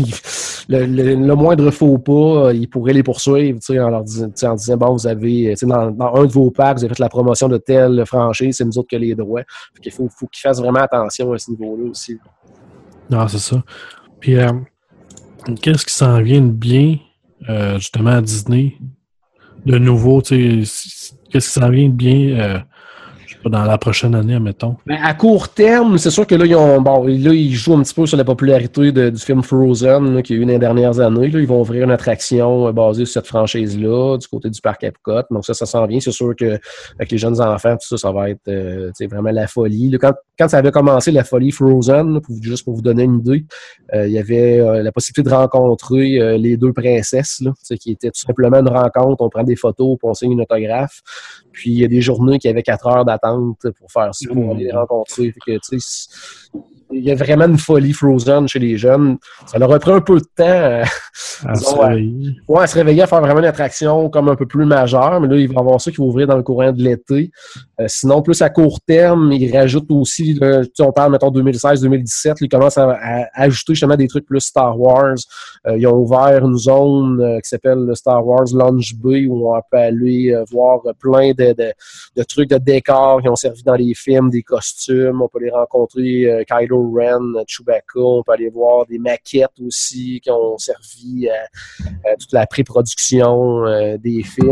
[SPEAKER 6] le moindre faux pas, ils pourraient les poursuivre, en leur disant, bon, vous avez, dans un de vos parcs, vous avez fait la promotion de telle franchise, c'est nous autres qui avons les droits. Fait qu'il faut qu'ils fassent vraiment attention à ce niveau-là aussi.
[SPEAKER 4] Non, c'est ça. Puis, qu'est-ce qui s'en vient de bien, justement, à Disney? De nouveau, qu'est-ce qui s'en vient de bien, je sais pas, dans la prochaine année, admettons?
[SPEAKER 6] Ben, à court terme, c'est sûr que là, ils jouent un petit peu sur la popularité du film Frozen, là, qu'il y a eu dans les dernières années. Là, ils vont ouvrir une attraction basée sur cette franchise-là, du côté du parc Epcot. Donc ça s'en vient. C'est sûr que avec les jeunes enfants, tout ça, ça va être vraiment la folie. Là, quand ça avait commencé, la folie Frozen, là, juste pour vous donner une idée, il y avait la possibilité de rencontrer les deux princesses, là, qui était tout simplement une rencontre. On prend des photos, on signe une autographe. Puis il y a des journées qui avaient 4 heures d'attente pour faire ça, pour aller les rencontrer. Fait que, il y a vraiment une folie Frozen chez les jeunes. Ça leur a pris un peu de temps
[SPEAKER 4] à se
[SPEAKER 6] réveiller, à faire vraiment une attraction comme un peu plus majeure. Mais là, ils vont avoir ça qui va ouvrir dans le courant de l'été. Sinon, plus à court terme, ils rajoutent aussi, on parle, mettons, 2016-2017, ils commencent à ajouter justement des trucs plus Star Wars. Ils ont ouvert une zone qui s'appelle le Star Wars Lounge Bay où on peut aller voir plein de trucs de décors qui ont servi dans les films, des costumes. On peut les rencontrer Kylo Ren, Chewbacca. On peut aller voir des maquettes aussi qui ont servi à toute la pré-production des films.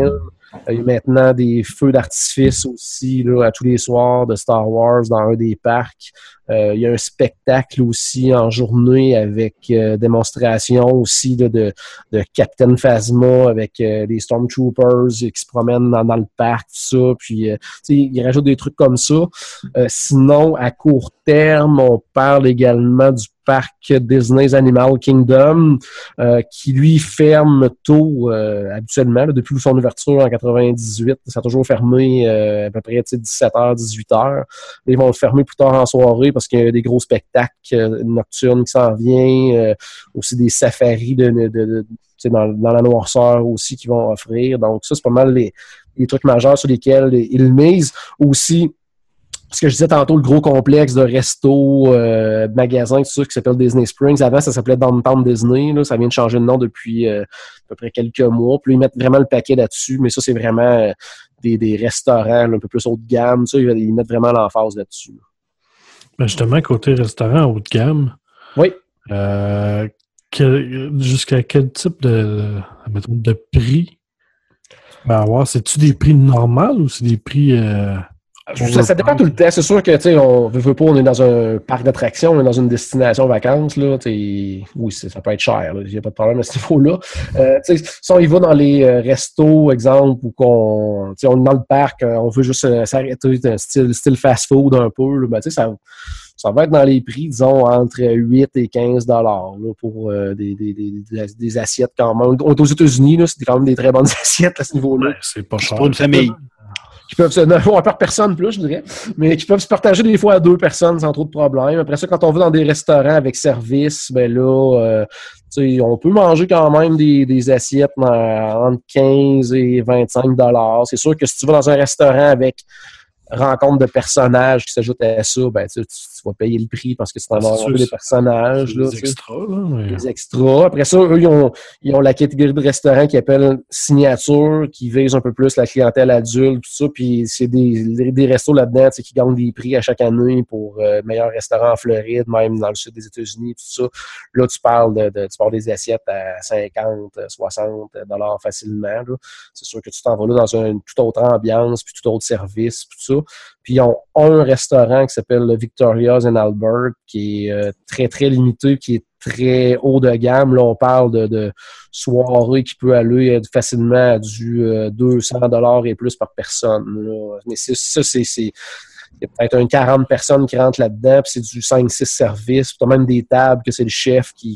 [SPEAKER 6] Il y a maintenant des feux d'artifice aussi là, à tous les soirs de Star Wars dans un des parcs. Il y a un spectacle aussi en journée avec démonstration aussi là, de Captain Phasma avec les Stormtroopers qui se promènent dans le parc, tout ça. Puis, ils rajoutent des trucs comme ça. Sinon, à court terme, on parle également du parc Disney's Animal Kingdom qui, lui, ferme tôt habituellement. Là, depuis son ouverture en 98, ça a toujours fermé à peu près 17h, 18h. Ils vont le fermer plus tard en soirée parce qu'il y a des gros spectacles nocturnes qui s'en viennent, aussi des safaris dans la noirceur aussi qu'ils vont offrir. Donc ça, c'est pas mal les trucs majeurs sur lesquels ils misent. Aussi, ce que je disais tantôt, le gros complexe de resto, magasins, tout ça, qui s'appelle Disney Springs. Avant, ça s'appelait Downtown Disney. Là, ça vient de changer de nom depuis à peu près quelques mois. Puis ils mettent vraiment le paquet là-dessus. Mais ça, c'est vraiment des restaurants là, un peu plus haut de gamme. Ça, ils mettent vraiment l'emphase là-dessus.
[SPEAKER 4] Ben justement, côté restaurant haut de gamme,
[SPEAKER 6] oui.
[SPEAKER 4] Jusqu'à quel type de prix tu peux avoir? C'est-tu des prix normaux ou c'est des prix...
[SPEAKER 6] Ça dépend tout le temps. C'est sûr que, tu sais, on veut pas, on est dans un parc d'attractions, on est dans une destination vacances, là, oui, ça peut être cher, il n'y a pas de problème à ce niveau-là. Si on y va dans les restos, exemple, ou on est dans le parc, on veut juste s'arrêter, style fast-food un peu, là, ben, ça va être dans les prix, disons, entre 8 et 15 $ là, pour des assiettes quand même. On est aux États-Unis, là, c'est quand même des très bonnes assiettes à ce niveau-là.
[SPEAKER 4] Ouais, c'est pas cher.
[SPEAKER 5] Pour une famille.
[SPEAKER 6] Qui peuvent par personne plus, je dirais, mais qui peuvent se partager des fois à 2 personnes sans trop de problème. Après ça, quand on va dans des restaurants avec service, ben là, on peut manger quand même des assiettes entre 15 et 25 $. C'est sûr que si tu vas dans un restaurant avec rencontre de personnages qui s'ajoutent à ça, ben tu vas payer le prix parce que tu t'en vas avoir des personnages. Là,
[SPEAKER 4] des extras. Là, mais...
[SPEAKER 6] Des extras. Après ça, eux, ils ont la catégorie de restaurants qui appelle signature, qui vise un peu plus la clientèle adulte, tout ça. Puis c'est des restos là-dedans qui gagnent des prix à chaque année pour meilleurs restaurants en Floride, même dans le sud des États-Unis, tout ça. Là, tu parles des assiettes à 50, 60 $ facilement. Là. C'est sûr que tu t'en vas là dans une toute autre ambiance, puis tout autre service, puis tout ça. Puis ils ont un restaurant qui s'appelle le Victoria's in Albert, qui est très, très limité, qui est très haut de gamme. Là, on parle de soirée qui peut aller facilement à du 200 $ et plus par personne. Là. Mais c'est il y a peut-être 40 personnes qui rentrent là-dedans, puis c'est du 5-6 services. Puis t'as même des tables que c'est le chef qui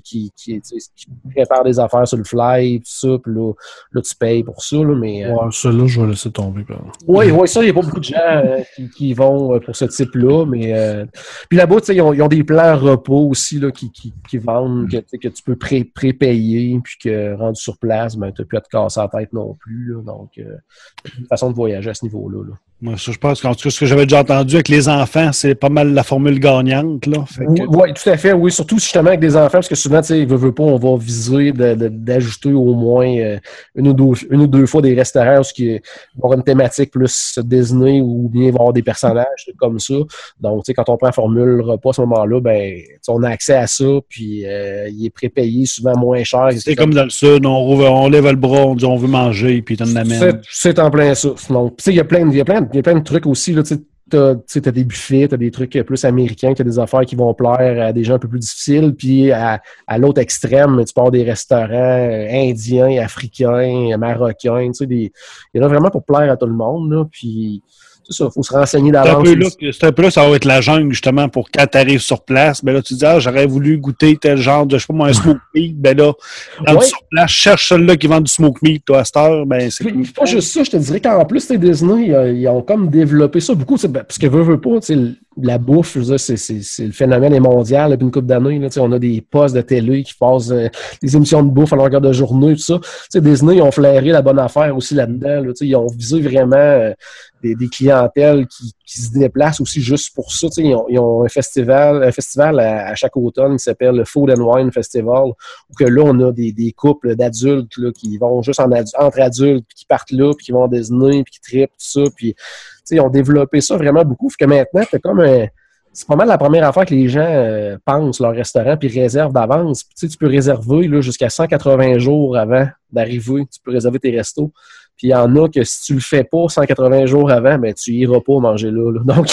[SPEAKER 6] prépare des affaires sur le fly, tout ça. Puis là tu payes pour ça. Là, mais,
[SPEAKER 4] ouais, ça-là, je vais laisser tomber.
[SPEAKER 6] Oui, ça, il n'y a pas beaucoup de gens qui vont pour ce type-là. Mais puis là-bas, ils ont des plans repos aussi là, qui vendent, que tu peux pré-payer, puis que rendu sur place, ben, tu n'as plus à te casser la tête non plus. Là, donc, une façon de voyager à ce niveau-là. Là.
[SPEAKER 5] Moi, je pense qu'en tout cas, ce que j'avais déjà entendu avec les enfants, c'est pas mal la formule gagnante. Là.
[SPEAKER 6] Oui, tout à fait. Oui, surtout justement avec des enfants, parce que souvent, tu sais, veut pas, on va viser d'ajouter au moins une ou deux fois des restaurants où il va y avoir une thématique plus Disney ou bien il va y avoir des personnages comme ça. Donc, tu sais, quand on prend la formule repas à ce moment-là, ben, on a accès à ça, puis il est prépayé, souvent moins cher.
[SPEAKER 5] C'est comme dans le sud, on lève le bras, on dit on veut manger, puis t'en amènes.
[SPEAKER 6] C'est en plein ça. Donc, tu sais, il y a plein de trucs aussi, là, tu sais, t'as des buffets, t'as des trucs plus américains, t'as des affaires qui vont plaire à des gens un peu plus difficiles, puis à l'autre extrême, tu peux avoir des restaurants indiens, africains, marocains, tu sais, il y en a vraiment pour plaire à tout le monde, là, puis c'est ça, il faut se renseigner d'avance.
[SPEAKER 5] C'est un peu là, ça va être la jungle, justement, pour quand tu arrives sur place, ben là, tu dis, j'aurais voulu goûter tel genre de, je sais pas moi, un smoke meat, ben là, sur place, cherche celui-là qui vend du smoke meat, toi, à cette heure, ben c'est...
[SPEAKER 6] Pas juste ça, je te dirais qu'en plus, Disney, ils ont comme développé ça beaucoup, parce que veut pas, tu sais, la bouffe, je veux dire, c'est le phénomène est mondial depuis une couple d'années. Là, on a des postes de télé qui passent des émissions de bouffe à longueur de journée, tout ça. T'sais, Disney, ils ont flairé la bonne affaire aussi là-dedans. Là, ils ont visé vraiment des clientèles qui se déplacent aussi juste pour ça. Ils ont un festival à chaque automne qui s'appelle le Food and Wine Festival, où que là, on a des couples d'adultes là, qui vont juste entre adultes, puis qui partent là, puis qui vont à Disney, puis qui trippent, tout ça, puis ils ont développé ça vraiment beaucoup. Fait que maintenant, c'est pas mal la première affaire que les gens pensent leur restaurant puis réservent d'avance. Tu peux réserver là, jusqu'à 180 jours avant d'arriver. Tu peux réserver tes restos. Puis il y en a que si tu le fais pas 180 jours avant, ben tu iras pas manger là. Donc,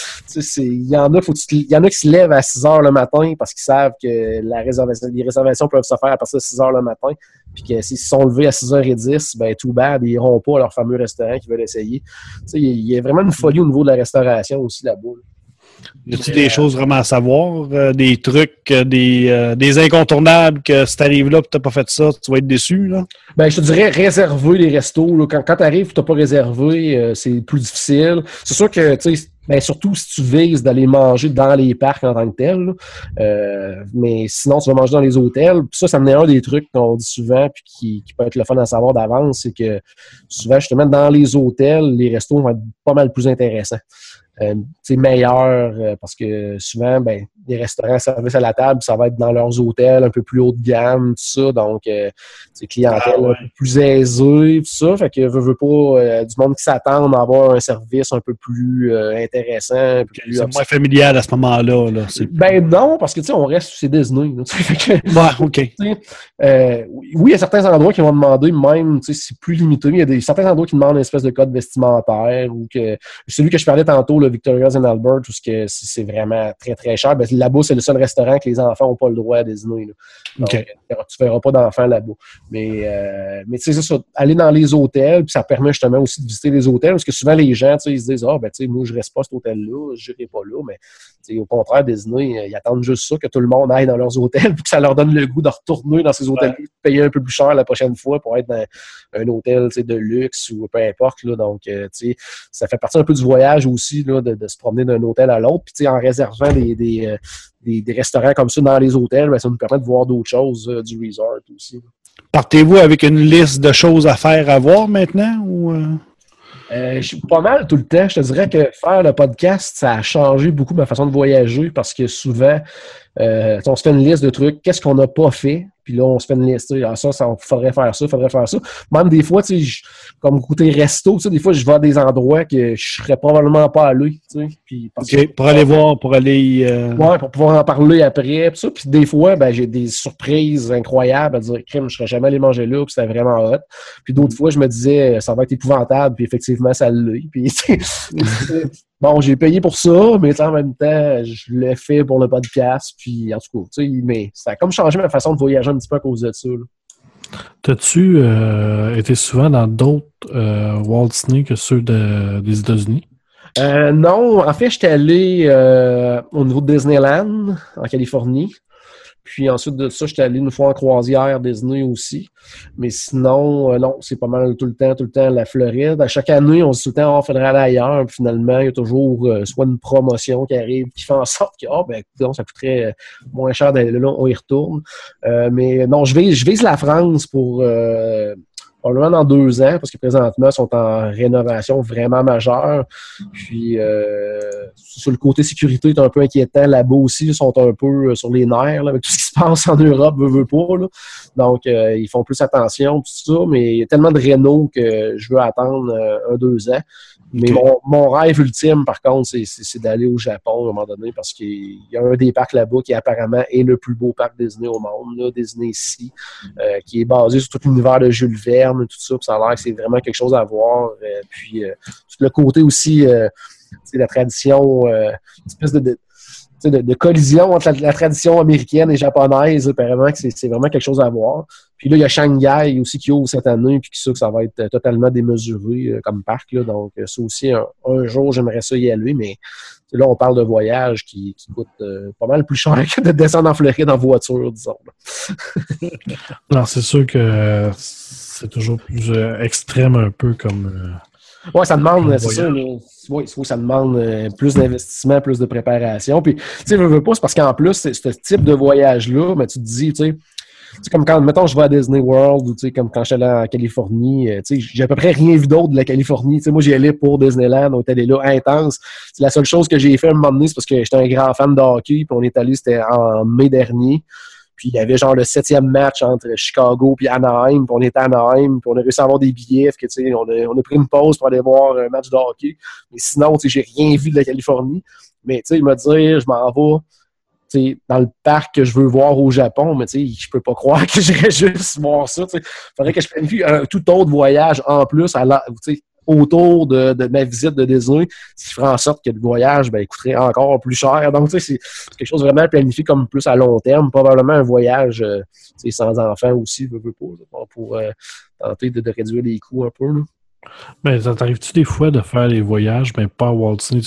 [SPEAKER 6] il y en a qui se lèvent à 6 heures le matin parce qu'ils savent que les réservations peuvent se faire à partir de 6 heures le matin. Puis que s'ils sont levés à 6h10, ben tout bad, ils iront pas à leur fameux restaurant qu'ils veulent essayer. Il y a vraiment une folie au niveau de la restauration aussi là-bas.
[SPEAKER 5] Y a-t-il des choses vraiment à savoir? Des trucs, des incontournables que si t'arrives là et t'as pas fait ça, tu vas être déçu, là?
[SPEAKER 6] Ben, je te dirais réserver les restos. Là. Quand t'arrives et t'as pas réservé, c'est plus difficile. C'est sûr que, tu sais, ben, surtout si tu vises d'aller manger dans les parcs en tant que tel. Mais sinon, tu vas manger dans les hôtels. Puis ça me un des trucs qu'on dit souvent puis qui peut être le fun à savoir d'avance, c'est que souvent, justement, dans les hôtels, les restos vont être pas mal plus intéressants. C'est meilleur parce que souvent, ben, les restaurants service à la table, ça va être dans leurs hôtels un peu plus haut de gamme, tout ça. Donc, c'est clientèle un peu plus aisée, tout ça. Fait que veut pas du monde qui s'attend à avoir un service un peu plus intéressant. Plus
[SPEAKER 5] c'est moins familial à ce moment-là. Là.
[SPEAKER 6] Ben non, parce que tu sais, on reste c'est Disney. Là,
[SPEAKER 5] OK.
[SPEAKER 6] Oui, il y a certains endroits qui vont demander même, tu sais, c'est plus limité. Il y a certains endroits qui demandent une espèce de code vestimentaire ou que celui que je parlais tantôt, le Victoria's and Albert, où c'est vraiment très, très cher. Ben, là-bas, c'est le seul restaurant que les enfants n'ont pas le droit à Disney. Là. Donc, tu ne verras pas d'enfants là-bas. Mais tu sais, c'est ça, aller dans les hôtels, puis ça permet justement aussi de visiter les hôtels, parce que souvent, les gens, tu sais, ils se disent, ben, tu sais, moi, je reste pas à cet hôtel-là, je n'irai pas là. Mais, tu sais, au contraire, Disney, ils attendent juste ça, que tout le monde aille dans leurs hôtels, puis que ça leur donne le goût de retourner dans ces hôtels-là, de payer un peu plus cher la prochaine fois pour être dans un hôtel, tu sais, de luxe ou peu importe, là. Donc, tu sais, ça fait partie un peu du voyage aussi, là, de se promener d'un hôtel à l'autre. Puis, tu sais, en réservant des restaurants comme ça dans les hôtels, ben, ça nous permet de voir d'autres choses du resort aussi.
[SPEAKER 5] Partez-vous avec une liste de choses à faire, à voir maintenant? Ou
[SPEAKER 6] Je suis pas mal tout le temps. Je te dirais que faire le podcast, ça a changé beaucoup ma façon de voyager parce que souvent, on se fait une liste de trucs. Qu'est-ce qu'on n'a pas fait? Puis là, on se fait une liste. Faudrait faire ça, faudrait faire ça. Même des fois, comme côté resto, des fois, je vais à des endroits que je serais probablement pas allé. Puis
[SPEAKER 5] pour aller voir, pour aller...
[SPEAKER 6] Ouais, pour pouvoir en parler après. Puis des fois, ben, j'ai des surprises incroyables à dire, crime, je serais jamais allé manger là, puis c'était vraiment hot. Puis d'autres fois, je me disais, ça va être épouvantable, puis effectivement, ça l'est. Puis, bon, j'ai payé pour ça, mais en même temps, je l'ai fait pour le podcast. Puis, en tout cas, mais ça a comme changé ma façon de voyager un petit peu à cause de ça. Là.
[SPEAKER 4] T'as-tu été souvent dans d'autres Walt Disney que ceux des États-Unis?
[SPEAKER 6] Non, en fait, j'étais allé au niveau de Disneyland, en Californie. Puis ensuite de ça, j'étais allé une fois en croisière Disney aussi. Mais sinon, non, c'est pas mal tout le temps la Floride. À chaque année, on se dit tout le temps, il faudrait aller ailleurs. Puis finalement, il y a toujours soit une promotion qui arrive qui fait en sorte que, écoute, ça coûterait moins cher d'aller là, on y retourne. Mais non, je vise la France pour... probablement dans 2 ans, parce que présentement, ils sont en rénovation vraiment majeure. Puis, sur le côté sécurité, c'est un peu inquiétant. Là-bas aussi, ils sont un peu sur les nerfs, là, avec tout ce qui se passe en Europe, veut pas. Là. Donc, ils font plus attention, tout ça. Mais il y a tellement de rénov que je veux attendre 1-2 ans. Mais mon rêve ultime, par contre, c'est d'aller au Japon à un moment donné, parce qu'il y a un des parcs là-bas qui apparemment est le plus beau parc Disney au monde, là, Disney Sea, qui est basé sur tout l'univers de Jules Verne, tout ça. Puis ça a l'air que c'est vraiment quelque chose à voir. Puis le côté aussi, la tradition, une espèce de collision entre la tradition américaine et japonaise, apparemment que c'est vraiment quelque chose à voir. Puis là, il y a Shanghai aussi qui ouvre cette année, puis ça va être totalement démesuré comme parc. Là. Donc, ça aussi, un jour, j'aimerais ça y aller, mais là, on parle de voyage qui coûte pas mal plus cher que de descendre en Floride en voiture, disons.
[SPEAKER 4] Non, c'est sûr que c'est toujours plus extrême un peu comme...
[SPEAKER 6] Oui, ça demande, c'est ça. Oui, ça demande plus d'investissement, plus de préparation. Puis, tu sais, veux pas, c'est parce qu'en plus, ce type de voyage-là, mais tu te dis, tu sais, c'est comme quand, mettons, je vais à Disney World ou, tu sais, comme quand je suis allé en Californie, tu sais, j'ai à peu près rien vu d'autre de la Californie. Tu sais, moi, j'y allais pour Disneyland, on est allé là intense. C'est la seule chose que j'ai fait à un moment donné, c'est parce que j'étais un grand fan de hockey, puis on est allé, c'était en mai dernier. Puis il y avait genre le 7e match entre Chicago et Anaheim. Puis on était à Anaheim. Puis on a réussi à avoir des billets. Que, on a pris une pause pour aller voir un match de hockey. Mais sinon, j'ai rien vu de la Californie. Mais il m'a dit, je m'en vais dans le parc que je veux voir au Japon, mais je peux pas croire que j'irais juste voir ça. Il faudrait que je planifie un tout autre voyage en plus autour de ma visite de Disney, ce qui ferait en sorte que le voyage coûterait encore plus cher. Donc, c'est quelque chose vraiment planifié comme plus à long terme. Probablement un voyage sans enfants aussi, pour tenter de réduire les coûts un peu. Là.
[SPEAKER 4] Ben, ça t'arrive-tu des fois de faire les voyages, mais pas à Walt Disney,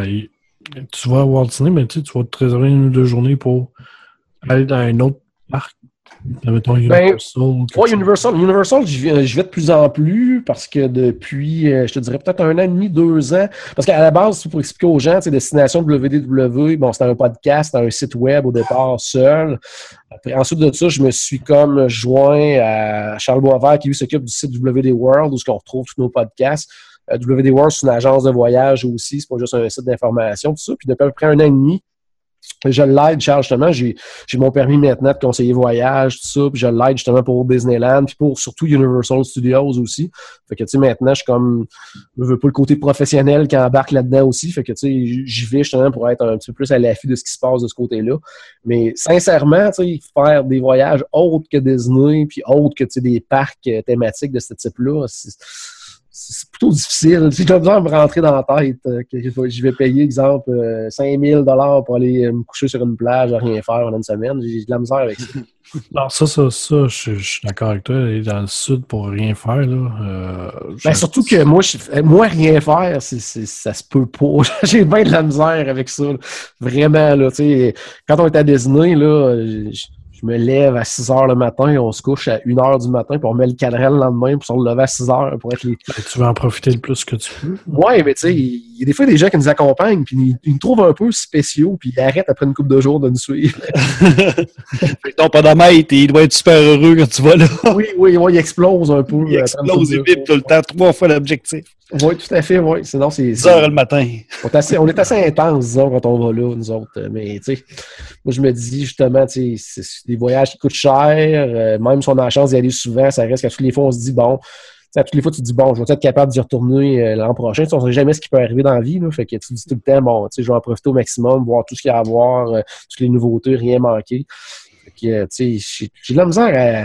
[SPEAKER 4] tu vas à Walt Disney, mais tu vas te réserver 1 ou 2 journées pour aller dans un autre parc? Mettons Universal.
[SPEAKER 6] Universal, j'y vais de plus en plus parce que depuis, je te dirais peut-être 1 an et demi, 2 ans. Parce qu'à la base, pour expliquer aux gens, Destination WDW, c'était un podcast, c'était un site web au départ seul. Après, ensuite de ça, je me suis comme joint à Charles Boisvert qui lui s'occupe du site WD World où on retrouve tous nos podcasts. WD World, c'est une agence de voyage aussi, c'est pas juste un site d'information, tout ça. Puis depuis à peu près 1 an et demi, je l'aide, Charles, justement. J'ai mon permis maintenant de conseiller voyage, tout ça, puis je l'aide justement pour Disneyland, puis pour surtout Universal Studios aussi. Fait que, maintenant, je veux pas le côté professionnel qui embarque là-dedans aussi. Fait que, j'y vais justement pour être un petit peu plus à l'affût de ce qui se passe de ce côté-là. Mais sincèrement, faire des voyages autres que Disney, puis autres que, des parcs thématiques de ce type-là, c'est plutôt difficile. Si j'ai besoin de me rentrer dans la tête que je vais payer, exemple, 5 000 $ pour aller me coucher sur une plage à rien faire pendant une semaine, j'ai de la misère avec ça.
[SPEAKER 4] Non, ça, je suis d'accord avec toi. Aller dans le sud pour rien faire, là.
[SPEAKER 6] Surtout que moi, rien faire, ça se peut pas. J'ai bien de la misère avec ça. Là. Vraiment, là, quand on est à Disney, là, je me lève à 6 h le matin et on se couche à 1 h du matin, puis on met le cadran le lendemain pour se relever à 6 h pour être les...
[SPEAKER 4] Tu vas en profiter le plus que tu peux.
[SPEAKER 6] Oui, mais il y a des fois des gens qui nous accompagnent, puis ils nous trouvent un peu spéciaux, puis ils arrêtent après une couple de jours de nous suivre.
[SPEAKER 5] Ton podomètre, il doit être super heureux quand tu vas là.
[SPEAKER 6] Oui, il explose un peu.
[SPEAKER 5] Il explose vite tout le temps, 3 fois l'objectif.
[SPEAKER 6] Oui, tout à fait, oui. Sinon, c'est
[SPEAKER 5] 10 h le matin.
[SPEAKER 6] On est assez intense, disons, quand on va là, nous autres. Mais, moi, je me dis, justement, c'est des voyages qui coûtent cher. Même si on a la chance d'y aller souvent, ça reste qu'à toutes les fois, on se dit, bon, à toutes les fois, tu te dis, bon, je vais être capable d'y retourner l'an prochain. On ne sait jamais ce qui peut arriver dans la vie. Là, fait que tu te dis tout le temps, bon, je vais en profiter au maximum, voir tout ce qu'il y a à voir, toutes les nouveautés, rien manquer. Fait que, j'ai de la misère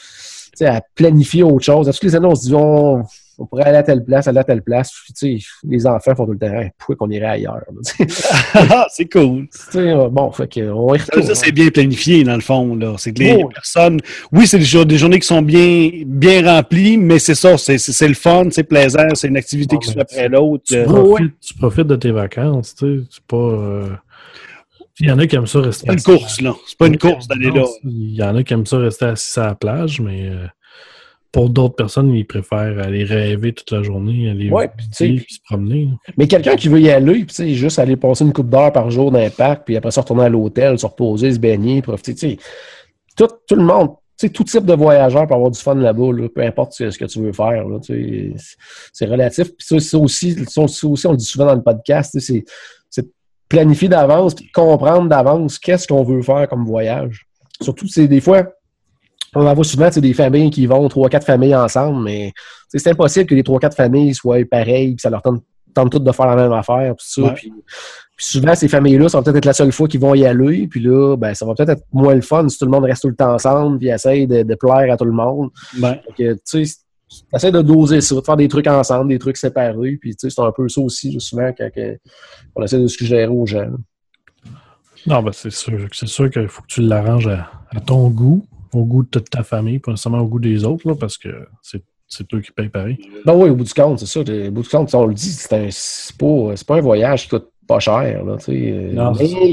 [SPEAKER 6] à planifier autre chose. À toutes les années, on se dit, on pourrait aller à telle place. Les enfants font tout le temps, pourquoi qu'on irait ailleurs?
[SPEAKER 5] C'est cool.
[SPEAKER 6] Bon, fait qu'on y retourne.
[SPEAKER 5] Ça, c'est bien planifié, dans le fond. Là. C'est que les personnes... Oui, c'est des journées qui sont bien remplies, mais c'est ça, c'est le fun, c'est plaisant, c'est une activité qui se fait après l'autre.
[SPEAKER 4] Tu profites de tes vacances, c'est pas... Il y en a qui aiment ça rester...
[SPEAKER 5] C'est pas une course, là. C'est pas une course d'aller là.
[SPEAKER 4] Il y en a qui aiment ça rester assis à la plage, mais... Pour d'autres personnes, ils préfèrent aller rêver toute la journée, aller visiter puis se promener.
[SPEAKER 6] Mais quelqu'un qui veut y aller, puis juste aller passer une couple d'heures par jour dans un parc, puis après ça retourner à l'hôtel, se reposer, se baigner, profiter. Tout le monde, tout type de voyageur peut avoir du fun là-bas, là, peu importe ce que tu veux faire. Là, c'est relatif. Puis ça aussi, on le dit souvent dans le podcast, c'est planifier d'avance, puis comprendre d'avance qu'est-ce qu'on veut faire comme voyage. Surtout, des fois... On en voit souvent des familles qui vont 3-4 familles ensemble, mais c'est impossible que les 3-4 familles soient pareilles, puis ça leur tente toutes de faire la même affaire, tout ça. Ouais. Puis souvent, ces familles-là, ça va peut-être être la seule fois qu'ils vont y aller, puis là, ça va peut-être être moins le fun si tout le monde reste tout le temps ensemble, puis essaye de plaire à tout le monde. Ouais. Donc, tu essaies de doser ça, de faire des trucs ensemble, des trucs séparés, puis c'est un peu ça aussi, souvent, quand on essaie de suggérer aux gens. Là.
[SPEAKER 4] Non, c'est sûr qu'il faut que tu l'arranges à ton goût. Au goût de toute ta famille, pas nécessairement au goût des autres, là, parce que c'est eux qui payent pareil.
[SPEAKER 6] Ben oui, au bout du compte, c'est ça. Au bout du compte, on le dit, c'est pas un voyage qui coûte pas cher. Là,
[SPEAKER 5] non,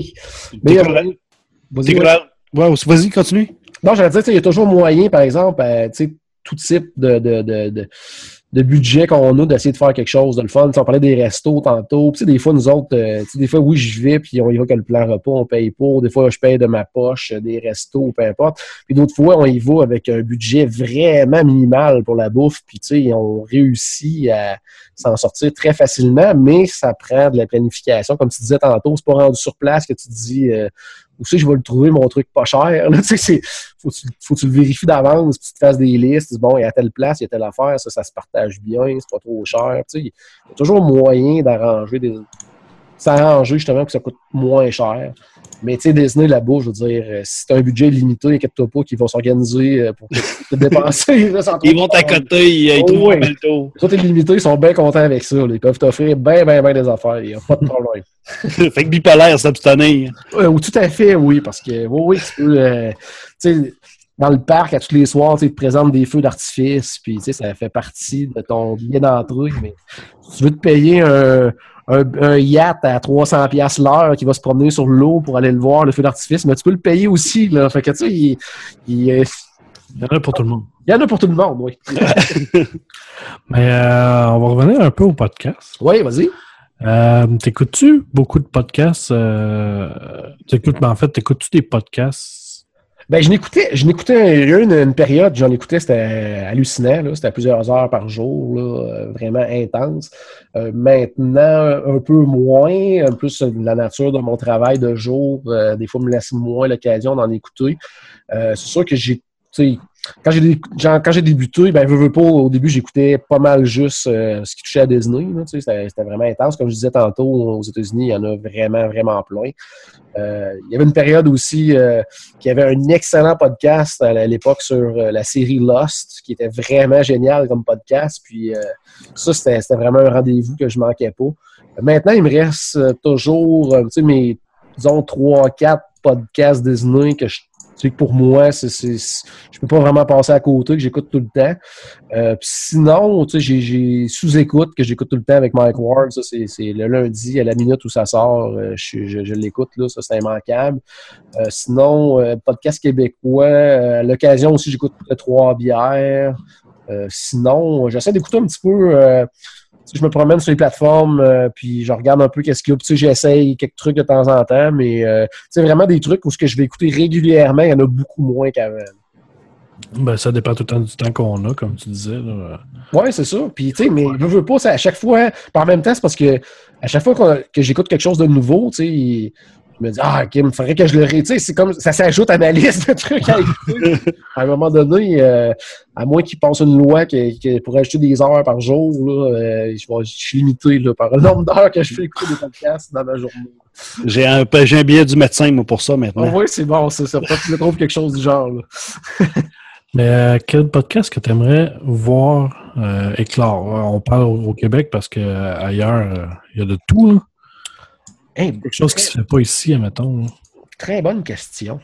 [SPEAKER 6] vas-y, continue. Non, j'allais dire, il y a toujours moyen, par exemple, tout type de budget qu'on a d'essayer de faire quelque chose de le fun. On parlait des restos tantôt. Des fois, nous autres, des fois, oui, je vais, puis on y va que le plan repas, on paye pour. Des fois, je paye de ma poche des restos, peu importe. Puis d'autres fois, on y va avec un budget vraiment minimal pour la bouffe. Puis, on réussit à s'en sortir très facilement, mais ça prend de la planification. Comme tu disais tantôt, c'est pas rendu sur place que tu te dis où c'est que je vais le trouver, mon truc pas cher. Là, faut que tu le vérifies d'avance, puis tu te fasses des listes. Bon, il y a telle place, il y a telle affaire, ça se partage bien, c'est pas trop cher. Il y a toujours moyen d'arranger s'arranger justement pour que ça coûte moins cher. Mais tu sais, Disney, là-bas, je veux dire, si tu as un budget limité, inquiète-toi pas qu'ils vont s'organiser pour te dépenser. Là,
[SPEAKER 5] ils vont t'accoter, ils trouvent un bel tour.
[SPEAKER 6] Toi, t'es limité, ils sont bien contents avec ça. Là. Ils peuvent t'offrir bien des affaires. Il n'y a pas de problème.
[SPEAKER 5] Fait que bipolaire, c'est abstenir.
[SPEAKER 6] Tout à fait, oui, parce que oui, tu peux... tu sais, dans le parc, à tous les soirs, ils te présentent des feux d'artifice, puis ça fait partie de ton billet d'entrée. Mais si tu veux te payer un yacht à 300$ l'heure qui va se promener sur l'eau pour aller le voir, le feu d'artifice, mais tu peux le payer aussi. Là. Fait que, tu sais, il
[SPEAKER 4] y en a pour tout le monde.
[SPEAKER 6] Il y en a pour tout le monde, oui.
[SPEAKER 4] Mais on va revenir un peu au podcast.
[SPEAKER 6] Oui, vas-y.
[SPEAKER 4] T'écoutes-tu beaucoup de podcasts? T'écoutes-tu des podcasts?
[SPEAKER 6] Ben, je n'écoutais une période, j'en écoutais, c'était hallucinant, là, c'était à plusieurs heures par jour, là, vraiment intense. Maintenant, un peu moins, plus la nature de mon travail de jour, des fois me laisse moins l'occasion d'en écouter. C'est sûr que quand j'ai débuté, ben, veux pas, au début, j'écoutais pas mal juste ce qui touchait à Disney. Là, c'était vraiment intense. Comme je disais tantôt, aux États-Unis, il y en a vraiment, vraiment plein. Il y avait une période aussi qui avait un excellent podcast à l'époque sur la série Lost, qui était vraiment génial comme podcast. Puis ça, c'était vraiment un rendez-vous que je manquais pas. Maintenant, il me reste toujours, mes, disons, 3-4 podcasts Disney que pour moi, je peux pas vraiment passer à côté, que j'écoute tout le temps. Sinon, j'ai sous-écoute que j'écoute tout le temps avec Mike Ward. Ça, c'est le lundi à la minute où ça sort. Je l'écoute, là. Ça, c'est immanquable. Sinon, podcast québécois. À l'occasion aussi, j'écoute Trois Bières. Sinon, j'essaie d'écouter un petit peu... je me promène sur les plateformes, puis je regarde un peu qu'est-ce qu'il y a. J'essaye quelques trucs de temps en temps, mais vraiment des trucs où ce que je vais écouter régulièrement, il y en a beaucoup moins qu'avant.
[SPEAKER 4] Ben, ça dépend tout le temps du temps qu'on a, comme tu disais.
[SPEAKER 6] Oui, c'est ça. Puis, mais je veux pas, à chaque fois, en même temps, c'est parce que à chaque fois que j'écoute quelque chose de nouveau, je me dis, OK, il me faudrait que je le réécoute. C'est comme ça s'ajoute à ma liste de trucs à écouter. À un moment donné, à moins qu'il passe une loi qui pourrait ajouter des heures par jour, là, je suis limité là, par le nombre d'heures que je fais écouter des podcasts dans ma journée.
[SPEAKER 5] J'ai un billet du médecin, moi, pour ça, maintenant.
[SPEAKER 6] Oui, c'est bon, ça. Peut-être que je trouve quelque chose du genre. Là.
[SPEAKER 4] Mais quel podcast que tu aimerais voir éclore? On parle au Québec parce qu'ailleurs, il y a de tout, là.
[SPEAKER 6] Hey,
[SPEAKER 4] quelque chose qui ne se fait pas ici, admettons.
[SPEAKER 6] Très bonne question.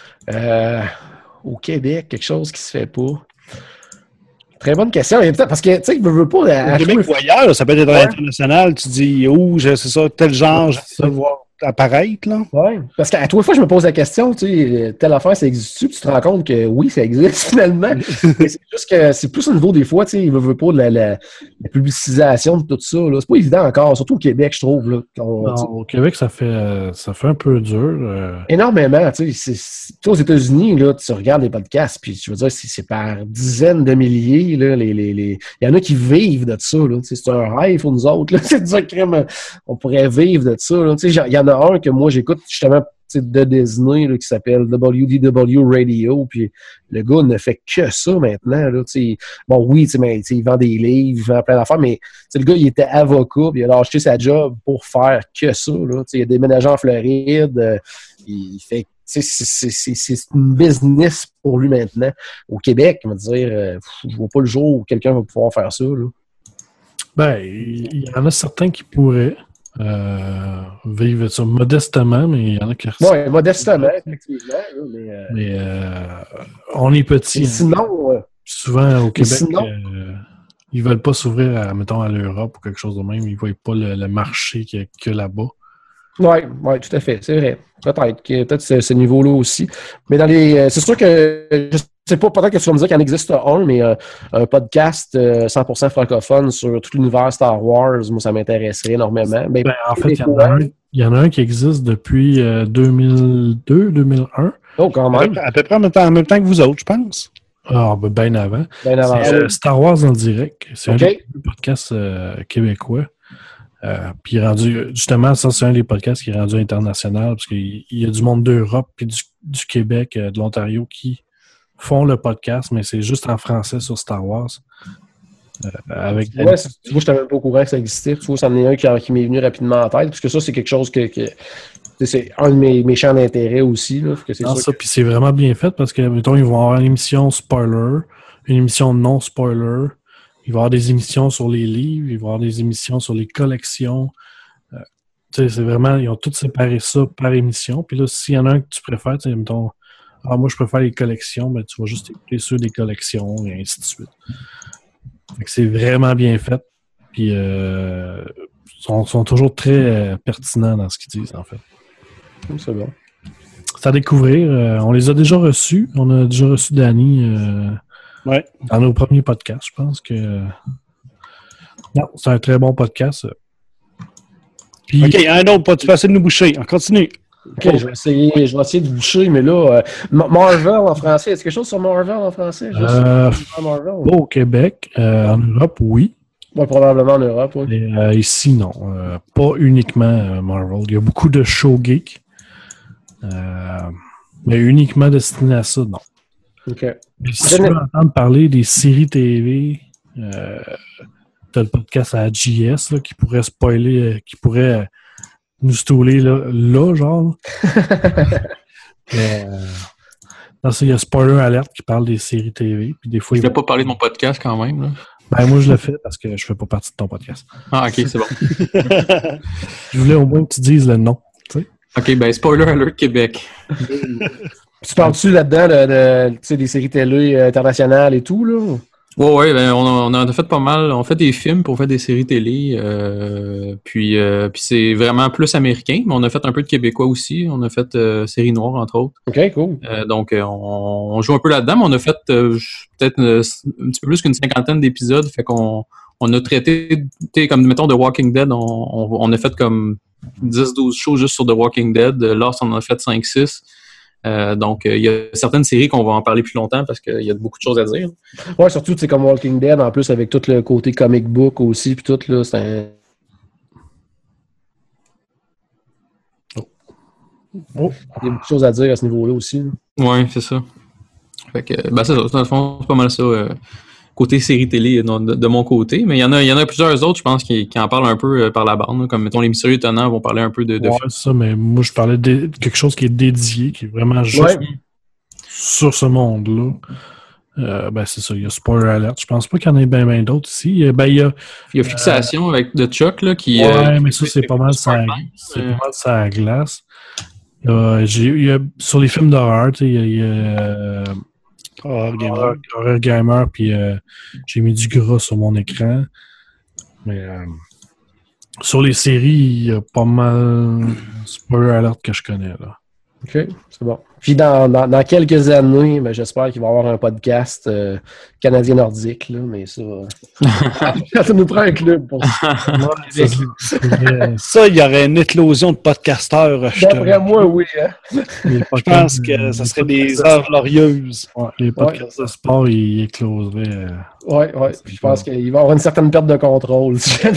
[SPEAKER 6] Au Québec, quelque chose qui se fait pas. Très bonne question. Parce que, tu sais, je veux pas...
[SPEAKER 5] Au Québec ou ailleurs, ça peut être international. Tu dis, c'est ça, tel genre, je veux voir apparaître, là.
[SPEAKER 6] Oui, parce qu'à trois fois, je me pose la question, tu sais, telle affaire, ça existe-tu? Puis tu te rends compte que oui, ça existe, finalement. Mais c'est juste que c'est plus au niveau des fois, tu sais, il veut pas de la publicisation de tout ça, là. C'est pas évident encore, surtout au Québec, je trouve, là.
[SPEAKER 4] Au Québec, ça fait un peu dur.
[SPEAKER 6] Énormément, tu sais. Aux États-Unis, là, tu regardes les podcasts, puis tu veux dire, c'est par dizaines de milliers, là, il y en a qui vivent de ça, là. Tu sais, c'est un rêve pour nous autres, là. C'est dire que on pourrait vivre de ça, là. Tu sais, il y en a un que moi, j'écoute justement de Disney là, qui s'appelle WDW Radio, puis le gars ne fait que ça maintenant. Là, bon, oui, mais il vend des livres, il vend plein d'affaires, mais le gars, il était avocat, puis il a lâché sa job pour faire que ça. Là, il a déménagé en Floride, il fait... C'est une business pour lui maintenant. Au Québec, on va dire, je vois pas le jour où quelqu'un va pouvoir faire ça. Là.
[SPEAKER 4] Ben, il y en a certains qui pourraient vivre ça modestement, mais il y en a qui...
[SPEAKER 6] Oui, modestement, effectivement.
[SPEAKER 4] Mais on est petit.
[SPEAKER 6] Sinon...
[SPEAKER 4] souvent, au Québec, ils veulent pas s'ouvrir, mettons, à l'Europe ou quelque chose de même. Ils voient pas le marché qu'il y a que là-bas.
[SPEAKER 6] Oui, tout à fait, c'est vrai. Peut-être ce niveau-là aussi. Mais c'est sûr que je sais pas, peut-être que tu vas me dire qu'il en existe un, mais un podcast 100% francophone sur tout l'univers Star Wars, moi, ça m'intéresserait énormément.
[SPEAKER 4] Ben, en fait, il y en a un qui existe depuis 2002-2001.
[SPEAKER 6] Oh, quand même.
[SPEAKER 5] À peu près en même temps que vous autres, je pense.
[SPEAKER 4] Ah, bien avant.
[SPEAKER 6] Bien avant.
[SPEAKER 4] C'est Star Wars en direct. C'est un des podcasts québécois. Puis justement, ça, c'est un des podcasts qui est rendu international parce qu'il y a du monde d'Europe puis du Québec, de l'Ontario qui font le podcast, mais c'est juste en français sur Star Wars. avec
[SPEAKER 6] Ouais, tu vois, je n'étais même pas au courant que ça existait. Tu vois, c'en est un qui m'est venu rapidement en tête, parce que ça, c'est quelque chose que c'est un de mes champs d'intérêt aussi. Là, que c'est
[SPEAKER 4] Non,
[SPEAKER 6] sûr
[SPEAKER 4] ça, puis c'est vraiment bien fait parce que, mettons, ils vont avoir une émission spoiler, une émission non spoiler, il va y avoir des émissions sur les livres, il va y avoir des émissions sur les collections. Tu sais, c'est vraiment, ils ont tous séparé ça par émission. Puis là, s'il y en a un que tu préfères, tu sais, mettons, moi je préfère les collections, ben tu vas juste écouter ceux des collections et ainsi de suite. Fait que c'est vraiment bien fait. Puis sont toujours très pertinents dans ce qu'ils disent, en fait.
[SPEAKER 6] c'est bon.
[SPEAKER 4] C'est à découvrir. On les a déjà reçus. On a déjà reçu Danny dans nos premiers podcasts. Je pense que non, c'est un très bon podcast. Puis,
[SPEAKER 5] OK, un autre, pas tu assez de nous boucher. On continue.
[SPEAKER 6] OK, je vais essayer de boucher, mais là, Marvel en français, est-ce quelque chose sur Marvel en français? Marvel?
[SPEAKER 4] pas au Québec. En Europe, oui.
[SPEAKER 6] Ouais, probablement en Europe, oui.
[SPEAKER 4] Mais ici, non. Pas uniquement Marvel. Il y a beaucoup de show geeks. Mais uniquement destiné à ça, non.
[SPEAKER 6] OK.
[SPEAKER 4] Mais si tu veux entendre parler des séries TV, t'as le podcast à JS là, qui pourrait spoiler, qui pourrait nous stouler là genre. Non, il y a Spoiler Alert qui parle des séries TV. Puis des fois,
[SPEAKER 7] Je ne vais pas parler de mon podcast quand même. Là.
[SPEAKER 4] Ben, moi, je le fais parce que je fais pas partie de ton podcast.
[SPEAKER 7] Ah, ok, c'est bon.
[SPEAKER 4] Je voulais au moins que tu dises le nom. Tu sais.
[SPEAKER 7] Ok, ben Spoiler Alert Québec.
[SPEAKER 6] Tu parles-tu là-dedans des séries télé internationales et tout, là?
[SPEAKER 7] Ouais, ben on en a fait pas mal. On fait des films pour faire des séries télé. Puis c'est vraiment plus américain, mais on a fait un peu de québécois aussi. On a fait Série Noire, entre autres.
[SPEAKER 6] OK, cool.
[SPEAKER 7] Donc, on joue un peu là-dedans, mais on a fait peut-être un petit peu plus qu'une 50aine d'épisodes. Fait qu'on a traité, comme, mettons, The Walking Dead, on a fait comme 10-12 shows juste sur The Walking Dead. Lost, on en a fait 5-6. Donc, il y a certaines séries qu'on va en parler plus longtemps parce qu'il y a beaucoup de choses à dire.
[SPEAKER 6] Ouais, surtout, c'est comme Walking Dead, en plus, avec tout le côté comic book aussi, puis tout, là, c'est un... Oh. Il y a beaucoup de choses à dire à ce niveau-là aussi.
[SPEAKER 7] Oui, c'est ça. Fait que, ben c'est ça. Dans le fond, c'est pas mal ça. Côté série télé de mon côté. Mais il y en a plusieurs autres, je pense, qui en parlent un peu par la bande. Comme, mettons, les Mystérieux Étonnants vont parler un peu de
[SPEAKER 4] ouais, c'est ça, mais moi, je parlais de quelque chose qui est dédié, qui est vraiment juste sur ce monde-là. Ben, c'est ça. Il y a Spoiler Alert. Je pense pas qu'il y en ait bien d'autres ici. Il y a
[SPEAKER 7] Fixation avec de Chuck, là, qui...
[SPEAKER 4] Ouais, mais ça, c'est pas mal ça à glace. Il y a, sur les films d'horreur, il y a Horror Gamer, puis j'ai mis du gras sur mon écran. Mais sur les séries, il y a pas mal Spoiler Alert que je connais, là.
[SPEAKER 6] OK, c'est bon. Puis dans quelques années, ben, j'espère qu'il va y avoir un podcast canadien nordique, là, mais ça... ça nous prend un club pour ça.
[SPEAKER 5] Ça, il y aurait une éclosion de podcasteurs.
[SPEAKER 6] D'après moi, oui. Hein?
[SPEAKER 5] Je pense que ça serait des heures glorieuses.
[SPEAKER 4] Ouais, les podcasts de sport, ils écloseraient.
[SPEAKER 6] Oui. Puis je pense qu'il va y avoir une certaine perte de contrôle.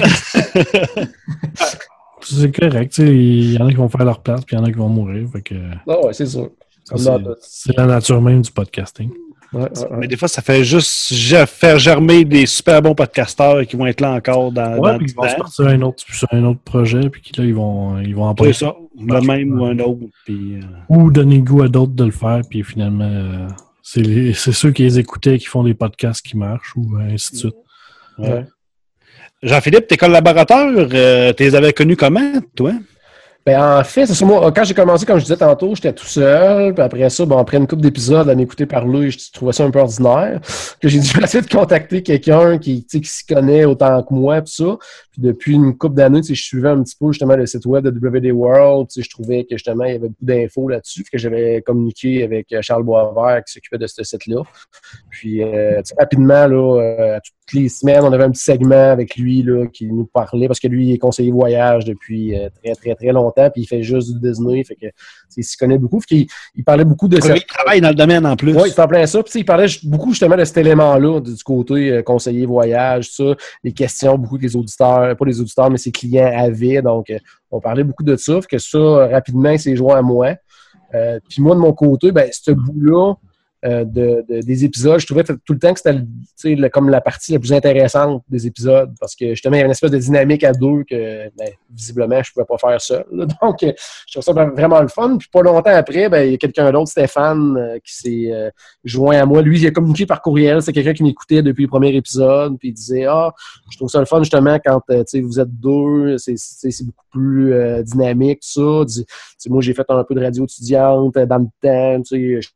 [SPEAKER 4] C'est correct. Il y en a qui vont faire leur place, puis il y en a qui vont mourir. Fait que,
[SPEAKER 6] ouais, c'est sûr.
[SPEAKER 4] C'est la nature même du podcasting.
[SPEAKER 6] Ouais.
[SPEAKER 5] Mais des fois, ça fait juste faire germer des super bons podcasteurs qui vont être là encore dans
[SPEAKER 4] puis ils vont se partir sur un autre projet, puis là, ils vont employer
[SPEAKER 5] ça, le même ou un autre. Puis,
[SPEAKER 4] ou donner le goût à d'autres de le faire, puis finalement, c'est ceux qui les écoutaient qui font des podcasts qui marchent, ou ainsi de suite.
[SPEAKER 5] Ouais. Jean-Philippe, tes collaborateurs, tu les avais connus comment, toi?
[SPEAKER 6] Ben, en fait, c'est ça. Moi, quand j'ai commencé, comme je disais tantôt, j'étais tout seul. Puis après ça, après une couple d'épisodes, à m'écouter parler, je trouvais ça un peu ordinaire. Que j'ai dû essayer de contacter quelqu'un qui s'y connaît autant que moi, puis ça. Puis depuis une couple d'années, je suivais un petit peu justement le site web de WD World. Je trouvais que justement, il y avait beaucoup d'infos là-dessus. Puis que j'avais communiqué avec Charles Boisvert qui s'occupait de ce site-là. Puis rapidement, là, toutes les semaines, on avait un petit segment avec lui là, qui nous parlait, parce que lui, il est conseiller voyage depuis très, très, très longtemps, puis il fait juste du Disney, fait que il s'y connaît beaucoup. Il parlait beaucoup de ça.
[SPEAKER 5] Il travaille dans le domaine en plus.
[SPEAKER 6] Oui, il fait plein ça. Puis il parlait beaucoup justement de cet élément-là, du côté conseiller voyage, ça, les questions, beaucoup que les auditeurs, pas les auditeurs, mais ses clients avaient. Donc, on parlait beaucoup de ça, que ça, rapidement, il s'est joint à moi. Puis moi, de mon côté, ce bout-là, des épisodes. Je trouvais tout le temps que c'était comme la partie la plus intéressante des épisodes parce que justement, il y avait une espèce de dynamique à deux que visiblement, je pouvais pas faire seul. Là. Donc, je trouve ça vraiment le fun. Puis pas longtemps après, il y a quelqu'un d'autre, Stéphane, qui s'est joint à moi. Lui, il a communiqué par courriel. C'est quelqu'un qui m'écoutait depuis le premier épisode. Puis il disait, je trouve ça le fun justement quand vous êtes deux, c'est beaucoup plus dynamique, tout ça. Moi, j'ai fait un peu de radio étudiante dans le temps,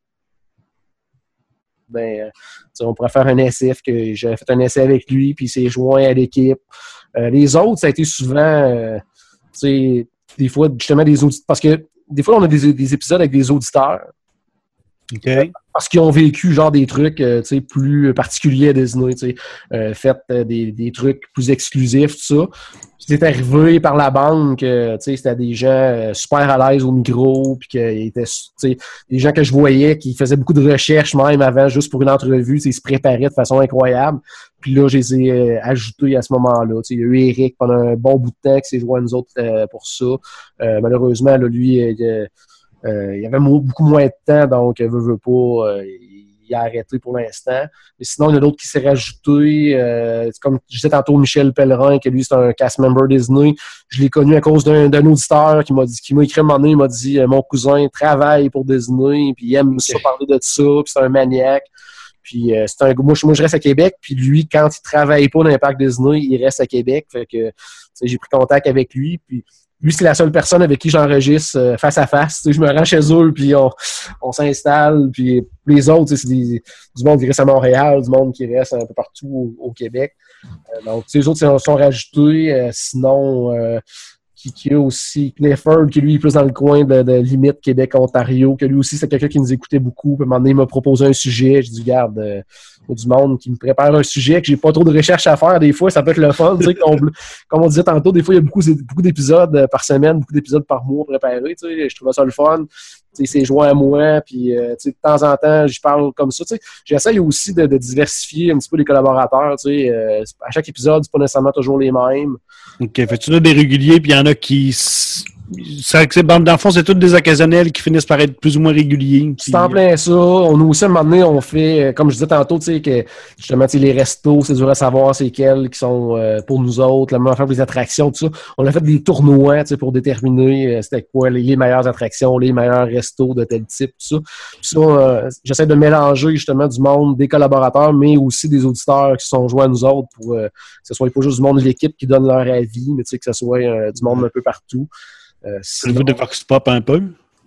[SPEAKER 6] on pourrait faire un essai, que j'avais fait un essai avec lui, puis il s'est joint à l'équipe. Les autres, ça a été souvent, des fois, justement, des auditeurs, parce que des fois, on a des épisodes avec des auditeurs.
[SPEAKER 5] OK.
[SPEAKER 6] Parce qu'ils ont vécu genre des trucs plus particuliers à Disney, fait des trucs plus exclusifs, tout ça. C'est arrivé par la bande que c'était des gens super à l'aise au micro, puis qu'ils étaient des gens que je voyais qui faisaient beaucoup de recherches même avant, juste pour une entrevue, ils se préparaient de façon incroyable. Puis là, je les ai ajoutés à ce moment-là. Il y a eu Eric pendant un bon bout de temps qui s'est joint à nous autres pour ça. Malheureusement, là, lui, il y avait beaucoup moins de temps, donc veut pas, il a arrêté pour l'instant. Mais sinon, il y en a d'autres qui s'est rajouté. Comme je disais tantôt, Michel Pellerin, que lui, c'est un cast member Disney. Je l'ai connu à cause d'un auditeur qui m'a écrit un moment donné, il m'a dit mon cousin travaille pour Disney, puis il aime ça parler de ça, puis c'est un maniaque. Puis moi, je reste à Québec, puis lui, quand il travaille pas dans les parcs Disney, il reste à Québec. Fait que j'ai pris contact avec lui, puis lui, c'est la seule personne avec qui j'enregistre face à face. Je me rends chez eux, puis on s'installe. Puis les autres, c'est du monde qui reste à Montréal, du monde qui reste un peu partout au Québec. Donc, les autres sont rajoutés. Sinon, qui a aussi Clifford, qui lui est plus dans le coin de limite Québec-Ontario, que lui aussi, c'est quelqu'un qui nous écoutait beaucoup. Puis à un moment donné, il m'a proposé un sujet. J'ai dit, garde, il y a du monde qui me prépare un sujet, que j'ai pas trop de recherche à faire. Des fois, ça peut être le fun. Comme on disait tantôt, des fois, il y a beaucoup d'épisodes par semaine, beaucoup d'épisodes par mois préparés. Je trouvais ça le fun. C'est joint à moi, puis de temps en temps, je parle comme ça. J'essaye aussi de diversifier un petit peu les collaborateurs. À chaque épisode, c'est pas nécessairement toujours les mêmes.
[SPEAKER 5] OK. Fait-tu là des réguliers, puis il y en a qui... Dans le fond, c'est tous des occasionnels qui finissent par être plus ou moins réguliers.
[SPEAKER 6] C'est en plein ça. On a aussi, à un moment donné, on fait, comme je disais tantôt, que justement, les restos, c'est dur à savoir c'est quels qui sont pour nous autres, la même affaire pour les attractions, tout ça. On a fait des tournois pour déterminer c'était quoi les meilleures attractions, les meilleurs restos de tel type, tout ça. Puis ça, j'essaie de mélanger justement du monde des collaborateurs, mais aussi des auditeurs qui sont joints à nous autres pour que ce soit pas juste du monde de l'équipe qui donne leur avis, mais que ce soit du monde un peu partout.
[SPEAKER 5] Au niveau de Vox Pop un peu?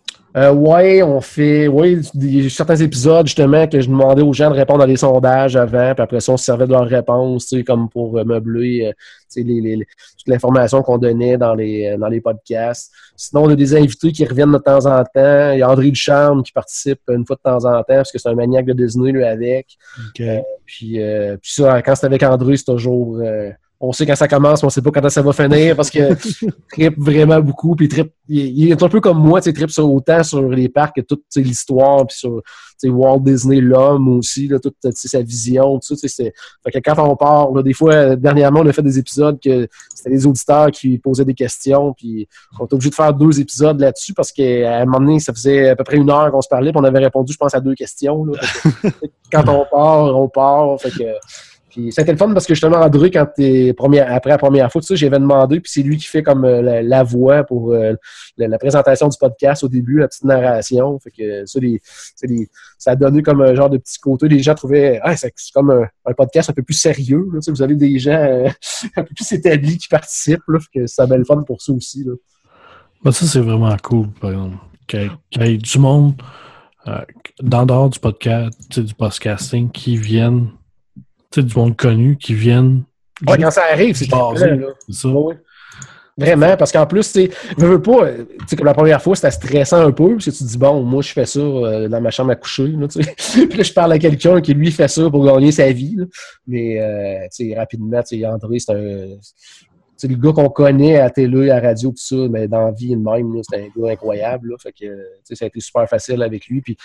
[SPEAKER 6] On fait certains épisodes justement que je demandais aux gens de répondre à des sondages avant, puis après ça, on se servait de leurs réponses, comme pour meubler toute l'information qu'on donnait dans les podcasts. Sinon, on a des invités qui reviennent de temps en temps. Il y a André Ducharme qui participe une fois de temps en temps, parce que c'est un maniaque de Disney, lui, avec.
[SPEAKER 5] Okay.
[SPEAKER 6] Puis ça, quand c'est avec André, c'est toujours... on sait quand ça commence, mais on sait pas quand ça va finir parce que il trippe vraiment beaucoup. Puis il est un peu comme moi, il trippe autant sur les parcs que toute l'histoire, puis sur Walt Disney, l'homme aussi, là, toute sa vision, tout ça. Fait que quand on part, là, des fois, dernièrement, on a fait des épisodes que c'était les auditeurs qui posaient des questions, puis on était obligé de faire 2 épisodes là-dessus parce qu'à un moment donné, ça faisait à peu près 1 heure qu'on se parlait, puis on avait répondu, je pense, à 2 questions. Là. Quand on part. Fait que... Puis c'était le fun parce que justement, André, quand après la première fois, j'avais demandé, puis c'est lui qui fait comme la voix pour la présentation du podcast au début, la petite narration. Fait que ça a donné comme un genre de petit côté. Les gens trouvaient c'est comme un podcast un peu plus sérieux. Là, vous avez des gens un peu plus établis qui participent. Là, fait que ça avait le fun pour ça aussi. Là.
[SPEAKER 4] Ben, ça, c'est vraiment cool, par exemple. Qu'il y ait du monde dans dehors du podcast, du podcasting qui viennent. Du monde connu qui viennent.
[SPEAKER 6] Ouais, quand ça arrive, c'est
[SPEAKER 4] basé.
[SPEAKER 6] C'est ça. Ouais. Vraiment, parce qu'en plus, veux pas, comme la première fois, c'était stressant un peu, parce que tu te dis, bon, moi, je fais ça dans ma chambre à coucher, là, puis là, je parle à quelqu'un qui, lui, fait ça pour gagner sa vie, là. Mais, rapidement, André, c'est le gars qu'on connaît à télé, à radio, tout ça, mais dans la vie, même, c'est un gars incroyable, là, fait que, ça a été super facile avec lui, puis,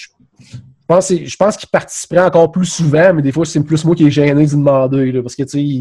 [SPEAKER 6] je pense qu'il participerait encore plus souvent, mais des fois, c'est plus moi qui est gêné de demander, là, parce que, il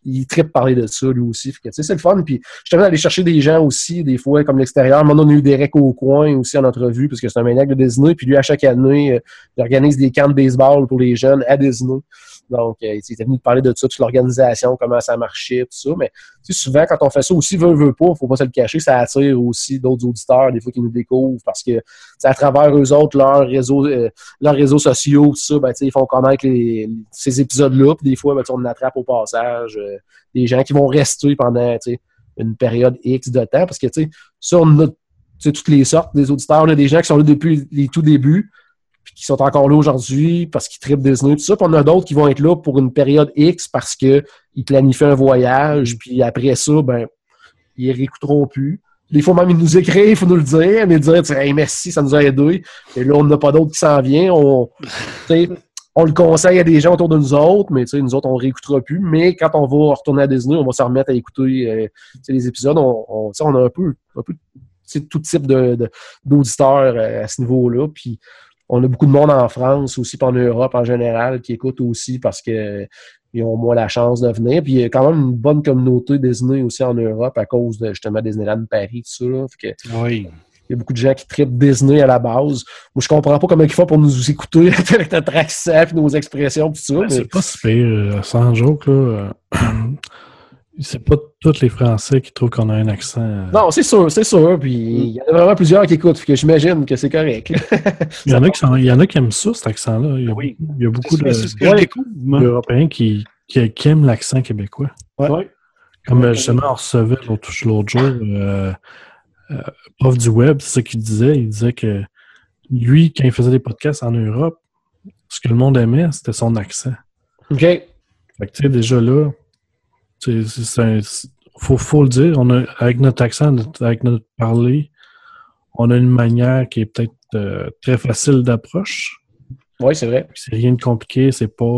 [SPEAKER 6] il trippe parler de ça, lui aussi. Fait que, tu sais, c'est le fun. Puis, justement, d'aller chercher des gens aussi, des fois, comme l'extérieur. Maintenant, on a eu Derek au coin aussi en entrevue, parce que c'est un maniaque de Disney. Puis lui, à chaque année, il organise des camps de baseball pour les jeunes à Disney. Donc, il était venu de parler de ça, toute l'organisation, comment ça marchait, tout ça. Mais souvent, quand on fait ça aussi, veut pas, faut pas se le cacher, ça attire aussi d'autres auditeurs, des fois, qui nous découvrent, parce que à travers eux autres, leurs réseaux sociaux, tout ça, ben, ils font connaître ces épisodes-là. Puis des fois, ben, on attrape au passage des gens qui vont rester pendant une période X de temps. Parce que ça, on a toutes les sortes des auditeurs. On a des gens qui sont là depuis les tout débuts, puis qui sont encore là aujourd'hui parce qu'ils trippent Disney, tout ça. Puis on a d'autres qui vont être là pour une période X parce qu'ils planifient un voyage, puis après ça, ben, ils réécouteront plus. Des fois même, ils nous écrivent, il faut nous le dire, mais dire, hey, merci, ça nous a aidé. Et là, on n'a pas d'autres qui s'en viennent. On le conseille à des gens autour de nous autres, mais nous autres, on ne réécoutera plus. Mais quand on va retourner à Disney, on va se remettre à écouter les épisodes. On a un peu tout type d'auditeurs à ce niveau-là. Puis on a beaucoup de monde en France aussi, puis en Europe en général, qui écoutent aussi parce qu'ils ont moins la chance de venir. Puis il y a quand même une bonne communauté Disney aussi en Europe à cause de justement Disneyland Paris, tout ça. Là. Fait que,
[SPEAKER 5] oui.
[SPEAKER 6] Il y a beaucoup de gens qui trippent Disney à la base. Moi, je comprends pas comment ils font pour nous écouter avec notre accent et nos expressions tout ça.
[SPEAKER 4] Ben,
[SPEAKER 6] mais...
[SPEAKER 4] C'est pas si pire, sans joke, là. C'est pas tous les Français qui trouvent qu'on a un accent.
[SPEAKER 6] Non, c'est sûr. Puis il y en a vraiment plusieurs qui écoutent, que j'imagine que c'est correct.
[SPEAKER 4] Il y en a qui aiment ça, cet accent-là. Il y a beaucoup d'Européens qui aiment l'accent québécois.
[SPEAKER 6] Ouais.
[SPEAKER 4] Comme justement, on recevait l'autre jour, prof du web, c'est ça qu'il disait. Il disait que lui, quand il faisait des podcasts en Europe, ce que le monde aimait, c'était son accent.
[SPEAKER 6] OK.
[SPEAKER 4] Fait que tu sais, déjà là, faut le dire, avec notre accent, avec notre parler, on a une manière qui est peut-être très facile d'approche.
[SPEAKER 6] Oui, c'est vrai.
[SPEAKER 4] C'est rien de compliqué, c'est pas...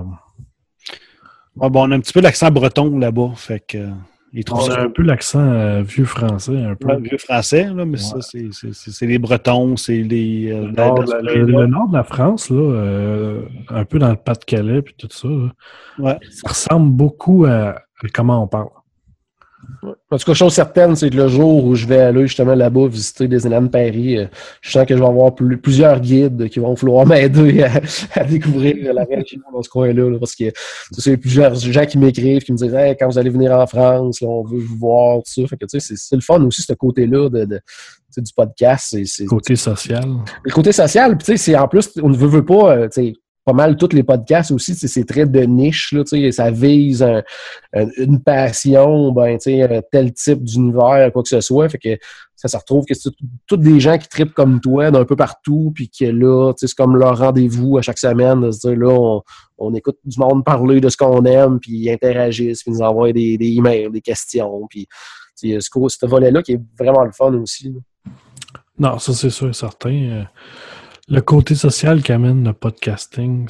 [SPEAKER 5] on a un petit peu l'accent breton là-bas, fait que...
[SPEAKER 4] On a un peu l'accent vieux français, un peu.
[SPEAKER 5] Vieux français, là, mais ça, c'est les Bretons, c'est les...
[SPEAKER 4] le nord de la France, là, un peu dans le Pas-de-Calais, puis tout ça, là, ça ressemble beaucoup à comment on parle.
[SPEAKER 6] En tout cas, chose certaine, c'est que le jour où je vais aller justement là-bas visiter Disneyland Paris, je sens que je vais avoir plusieurs guides qui vont vouloir m'aider à découvrir la région dans ce coin-là. Là, parce que c'est plusieurs gens qui m'écrivent, qui me disent hey, quand vous allez venir en France, là, on veut vous voir, tout ça. Fait que, c'est le fun aussi, ce côté-là du podcast. C'est
[SPEAKER 4] côté social.
[SPEAKER 6] Le côté social, puis c'est en plus, on ne veut pas, pas mal tous les podcasts aussi, c'est très de niche, là, ça vise une passion, tel type d'univers, quoi que ce soit, fait que ça se retrouve que c'est tous des gens qui trippent comme toi d'un peu partout, puis que là, c'est comme leur rendez-vous à chaque semaine, de se dire là, on écoute du monde parler de ce qu'on aime, puis ils interagissent, puis ils nous envoient des emails, des questions, puis ce volet-là qui est vraiment le fun aussi. Là.
[SPEAKER 4] Non, ça c'est sûr et certain. Le côté social qu'amène le podcasting,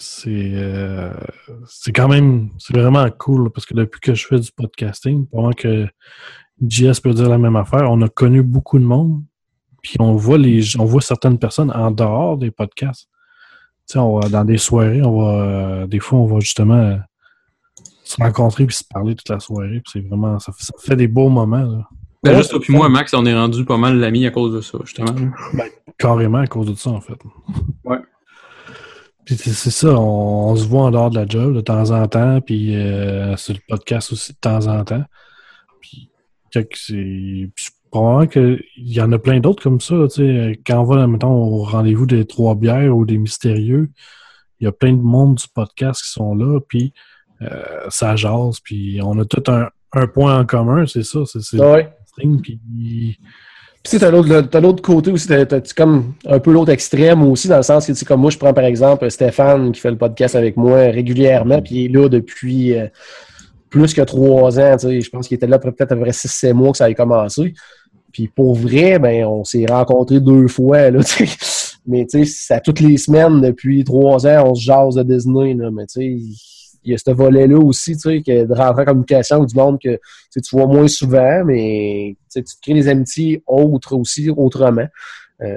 [SPEAKER 4] c'est quand même, c'est vraiment cool, là, parce que depuis que je fais du podcasting, pendant que JS peut dire la même affaire, on a connu beaucoup de monde, puis on voit certaines personnes en dehors des podcasts. Tu sais, on va dans des soirées, des fois, on va justement se rencontrer puis se parler toute la soirée, puis c'est vraiment, ça fait des beaux moments, là.
[SPEAKER 7] Ben, juste toi puis moi, Max, on est rendu pas mal l'amis à cause de ça, justement.
[SPEAKER 4] Carrément à cause de ça, en fait.
[SPEAKER 7] Ouais.
[SPEAKER 4] Puis c'est ça, on se voit en dehors de la job de temps en temps, puis sur le podcast aussi de temps en temps. Puis probablement qu'il y en a plein d'autres comme ça, tu sais. Quand on va, mettons, au rendez-vous des 3 bières ou des mystérieux, il y a plein de monde du podcast qui sont là, puis ça jase, puis on a tout un point en commun, c'est ça.
[SPEAKER 6] Ouais.
[SPEAKER 4] Puis
[SPEAKER 6] t'as l'autre côté aussi, t'as comme un peu l'autre extrême aussi, dans le sens que, comme moi, je prends par exemple Stéphane qui fait le podcast avec moi régulièrement, puis il est là depuis plus que 3 ans, je pense qu'il était là peut-être à peu près 6-7 mois que ça a commencé. Puis pour vrai, on s'est rencontrés 2 fois, là, mais c'est toutes les semaines depuis 3 ans, on se jase de Disney, là, mais il y a ce volet-là aussi, que de rentrer en communication avec du monde que tu vois moins souvent, mais tu te crées des amitiés autrement.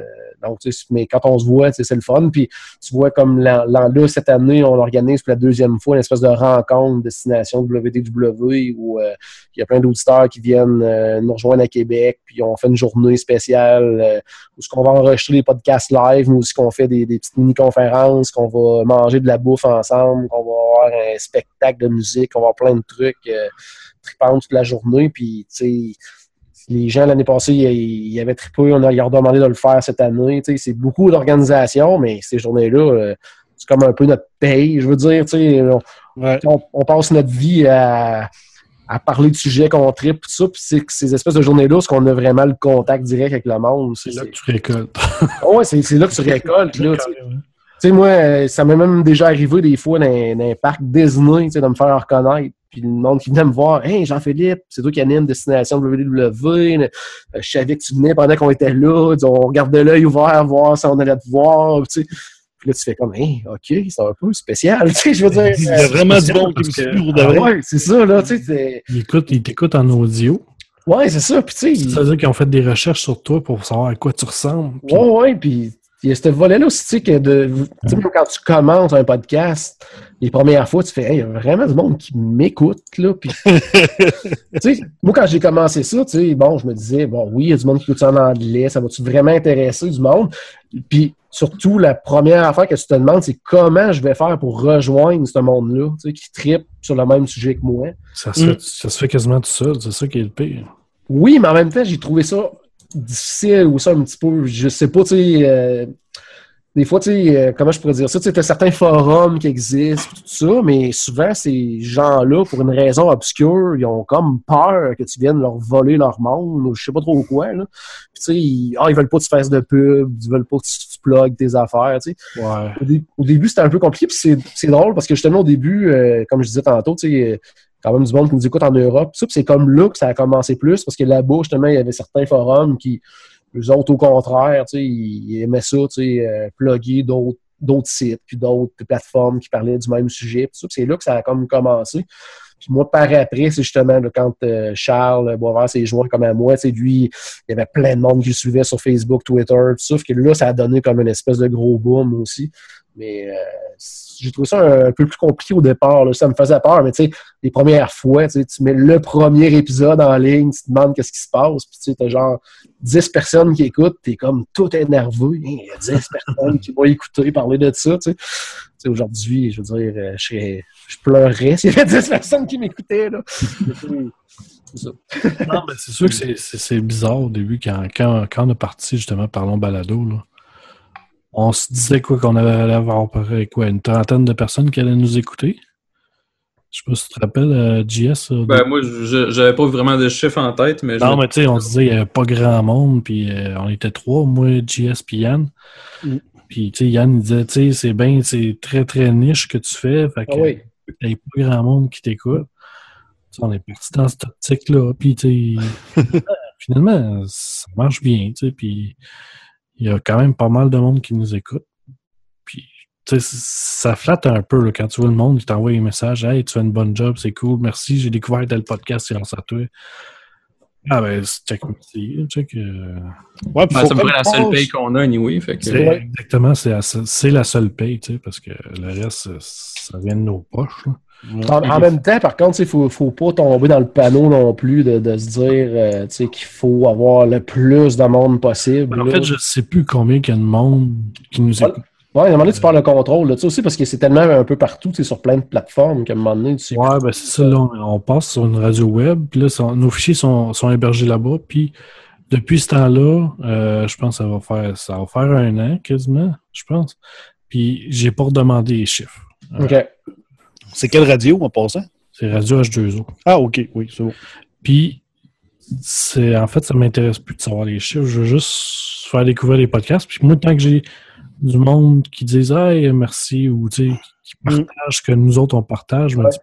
[SPEAKER 6] Donc, mais quand on se voit, c'est le fun. Puis tu vois comme là, cette année, on organise pour la deuxième fois une espèce de rencontre destination WDW où il y a plein d'auditeurs qui viennent nous rejoindre à Québec. Puis on fait une journée spéciale où on va enregistrer les podcasts live, mais aussi qu'on fait des petites mini-conférences, qu'on va manger de la bouffe ensemble, qu'on va avoir un spectacle de musique, qu'on va avoir plein de trucs tripants toute la journée. Puis, tu sais, les gens, l'année passée, ils avaient trippé, ils leur demandé de le faire cette année. Tu sais, c'est beaucoup d'organisation, mais ces journées-là, c'est comme un peu notre paye. Je veux dire, tu sais, on passe notre vie à parler de sujets qu'on trippe, tout ça, puis c'est ces espèces de journées-là, c'est qu'on a vraiment le contact direct avec le monde.
[SPEAKER 4] C'est là que tu récoltes.
[SPEAKER 6] Ouais, c'est là que tu récoltes. Là, tu sais, moi, ça m'est même déjà arrivé des fois dans un parc Disney, tu sais, de me faire reconnaître. Puis le monde qui venait me voir, « Hey, Jean-Philippe, c'est toi qui anime Destination WDW. Je savais que tu venais pendant qu'on était là. On regardait l'œil ouvert, voir si on allait te voir. » Tu sais. Puis là, tu fais comme, « Hey, OK, c'est un peu spécial. » Tu sais, je veux dire...
[SPEAKER 5] Il y a vraiment du monde qui me suit pour de vrai.
[SPEAKER 6] Ouais, c'est ça, là. Tu sais,
[SPEAKER 4] ils t'écoutent en audio.
[SPEAKER 6] Ouais, c'est ça. Puis tu sais...
[SPEAKER 4] Ça veut dire qu'ils ont fait des recherches sur toi pour savoir à quoi tu ressembles. Puis...
[SPEAKER 6] Ouais, puis... Il y a ce volet-là aussi, tu sais, que même quand tu commences un podcast, les premières fois, tu fais, hey, il y a vraiment du monde qui m'écoute, là. Puis, tu sais, moi, quand j'ai commencé ça, tu sais, bon, je me disais, bon, oui, il y a du monde qui écoute ça en anglais, ça va-tu vraiment intéresser du monde? Puis, surtout, la première affaire que tu te demandes, c'est comment je vais faire pour rejoindre ce monde-là, tu sais, qui trippe sur le même sujet que moi.
[SPEAKER 4] Ça se fait quasiment tout seul, c'est ça qui est le pire.
[SPEAKER 6] Oui, mais en même temps, j'ai trouvé ça difficile ou ça un petit peu, je sais pas, tu sais, des fois, tu sais, comment je pourrais dire ça, tu sais, t'as certains forums qui existent, tout ça, mais souvent, ces gens-là, pour une raison obscure, ils ont comme peur que tu viennes leur voler leur monde, ou je sais pas trop quoi, là. Puis, tu sais, ils veulent pas que tu fasses de pub, ils veulent pas que tu plugues tes affaires, tu sais.
[SPEAKER 4] Ouais.
[SPEAKER 6] Au début, c'était un peu compliqué, puis c'est drôle, parce que justement, au début, comme je disais tantôt, tu sais, quand même du monde qui nous écoute en Europe. Ça, puis c'est comme là que ça a commencé plus, parce que là-bas, justement, il y avait certains forums qui, eux autres, au contraire, tu sais, ils aimaient ça, tu sais, plugger d'autres sites, puis d'autres plateformes qui parlaient du même sujet. Puis c'est là que ça a comme commencé. Puis moi, par après, c'est justement là, quand Charles Boisvert s'est joint comme à moi, tu sais, lui, il y avait plein de monde qui le suivait sur Facebook, Twitter, tout ça. Fait que là, ça a donné comme une espèce de gros boom aussi. Mais j'ai trouvé ça un peu plus compliqué au départ. Là. Ça me faisait peur, mais tu sais, les premières fois, tu mets le premier épisode en ligne, tu te demandes qu'est-ce qui se passe, puis tu sais, t'as genre 10 personnes qui écoutent, t'es comme tout énervé. Il y a 10 personnes qui vont écouter, parler de ça, tu sais. Aujourd'hui, je veux dire, je pleurerais s'il y avait 10 personnes qui m'écoutaient, là. C'est ça.
[SPEAKER 4] Non, mais c'est sûr que c'est bizarre au début, quand on est parti, justement, Parlons Balado, là. On se disait qu'on allait avoir une trentaine de personnes qui allaient nous écouter. Je sais pas si tu te rappelles, JS.
[SPEAKER 7] Moi, j'avais pas vraiment de chiffres en tête, mais...
[SPEAKER 4] Non, mais tu sais, on se disait qu'il n'y avait pas grand monde, puis on était 3, moi, JS puis Yann. Puis, tu sais, Yann, il disait, tu sais, c'est bien, c'est très, très niche que tu fais, fait que il n'y a pas grand monde qui t'écoute. On est parti dans cette optique-là, puis, tu sais, finalement, ça marche bien, tu sais, puis... Il y a quand même pas mal de monde qui nous écoute. Puis, tu sais, ça flatte un peu là, quand tu vois le monde qui t'envoie un message. Hey, tu fais une bonne job, c'est cool, merci, j'ai découvert tel podcast, c'est grâce à toi. Ah ben, check merci. Check.
[SPEAKER 5] Ouais,
[SPEAKER 7] ça me paraît la seule paye qu'on a, anyway. Fait que...
[SPEAKER 4] Exactement, c'est la seule paye, tu sais, parce que le reste, ça vient de nos poches. Là.
[SPEAKER 6] En même temps, par contre, il ne faut pas tomber dans le panneau non plus de se dire qu'il faut avoir le plus de monde possible.
[SPEAKER 4] En fait, je ne sais plus combien il y a de monde qui nous écoute.
[SPEAKER 6] Oui, à un moment donné, tu parles de contrôle. Là, aussi, parce que c'est tellement un peu partout, sur plein de plateformes qu'à un moment donné, tu sais.
[SPEAKER 4] Ouais, ben c'est ça. Là, on passe sur une radio web, puis là, nos fichiers sont hébergés là-bas, puis depuis ce temps-là, je pense que ça va faire 1 an quasiment, je pense. Puis j'ai pas redemandé les chiffres.
[SPEAKER 6] OK.
[SPEAKER 5] C'est quelle radio en passant?
[SPEAKER 4] C'est Radio H2O.
[SPEAKER 5] Ah, OK, oui, c'est bon.
[SPEAKER 4] Puis, en fait, ça m'intéresse plus de savoir les chiffres. Je veux juste faire découvrir les podcasts. Puis moi, tant que j'ai du monde qui disent « Hey, merci » ou qui partagent ce que nous autres, on partage, je me dis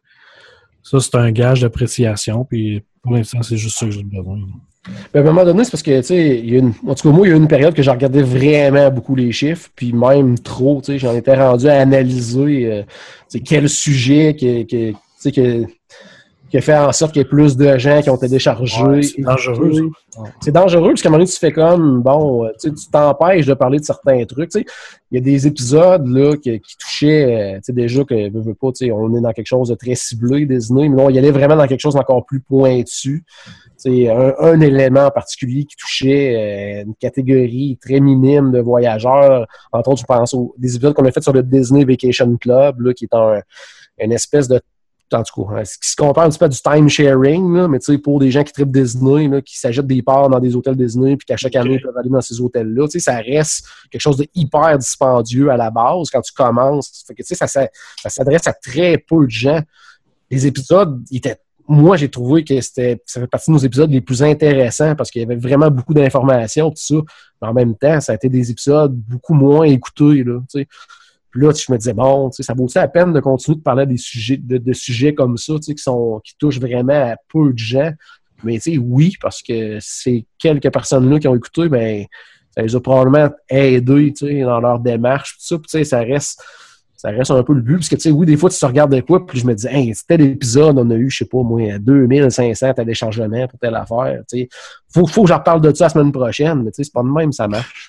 [SPEAKER 4] ça, c'est un gage d'appréciation. Puis pour l'instant, c'est juste ça que j'ai besoin.
[SPEAKER 6] À un moment donné, c'est parce que, tu sais, en tout cas, moi, il y a eu une période que j'ai regardé vraiment beaucoup les chiffres, puis même trop, tu sais, j'en étais rendu à analyser quel sujet qui qui a fait en sorte qu'il y ait plus de gens qui ont téléchargé.
[SPEAKER 4] Ouais, c'est dangereux, ça.
[SPEAKER 6] C'est dangereux, parce qu'à un moment donné, tu fais comme, bon, tu t'empêches de parler de certains trucs. Tu sais, il y a des épisodes là, qui touchaient, tu sais, déjà que, veux pas, tu sais, on est dans quelque chose de très ciblé, Disney, mais non, il y allait vraiment dans quelque chose d'encore plus pointu. C'est un élément en particulier qui touchait une catégorie très minime de voyageurs. Entre autres, je pense aux des épisodes qu'on a fait sur le Disney Vacation Club, là, qui est une espèce de, en tout cas, ce qui se compare un petit peu à du time-sharing, là, mais tu sais, pour des gens qui trippent Disney, là, qui s'achètent des parts dans des hôtels Disney, puis qu'à chaque année, ils peuvent aller dans ces hôtels-là, tu sais, ça reste quelque chose de hyper dispendieux à la base quand tu commences. Fait que, tu sais, ça s'adresse à très peu de gens. Les épisodes, moi, j'ai trouvé que ça fait partie de nos épisodes les plus intéressants parce qu'il y avait vraiment beaucoup d'informations, tout ça. Mais en même temps, ça a été des épisodes beaucoup moins écoutés, là, tu sais. Puis là, je me disais, bon, tu sais, ça vaut-il la peine de continuer de parler des sujets, de sujets comme ça, tu sais, qui touchent vraiment à peu de gens? Mais, tu sais, oui, parce que ces quelques personnes-là qui ont écouté, ben, ça les a probablement aidés, tu sais, dans leur démarche, tout ça. Puis, tu sais, ça reste un peu le but, parce que, tu sais, oui, des fois, tu te regardes de quoi, puis je me dis, hey, tel épisode, on a eu, je sais pas, moi, 2500 téléchargements pour telle affaire, tu sais. Faut que j'en reparle de ça la semaine prochaine, mais tu sais, c'est pas de même, ça marche.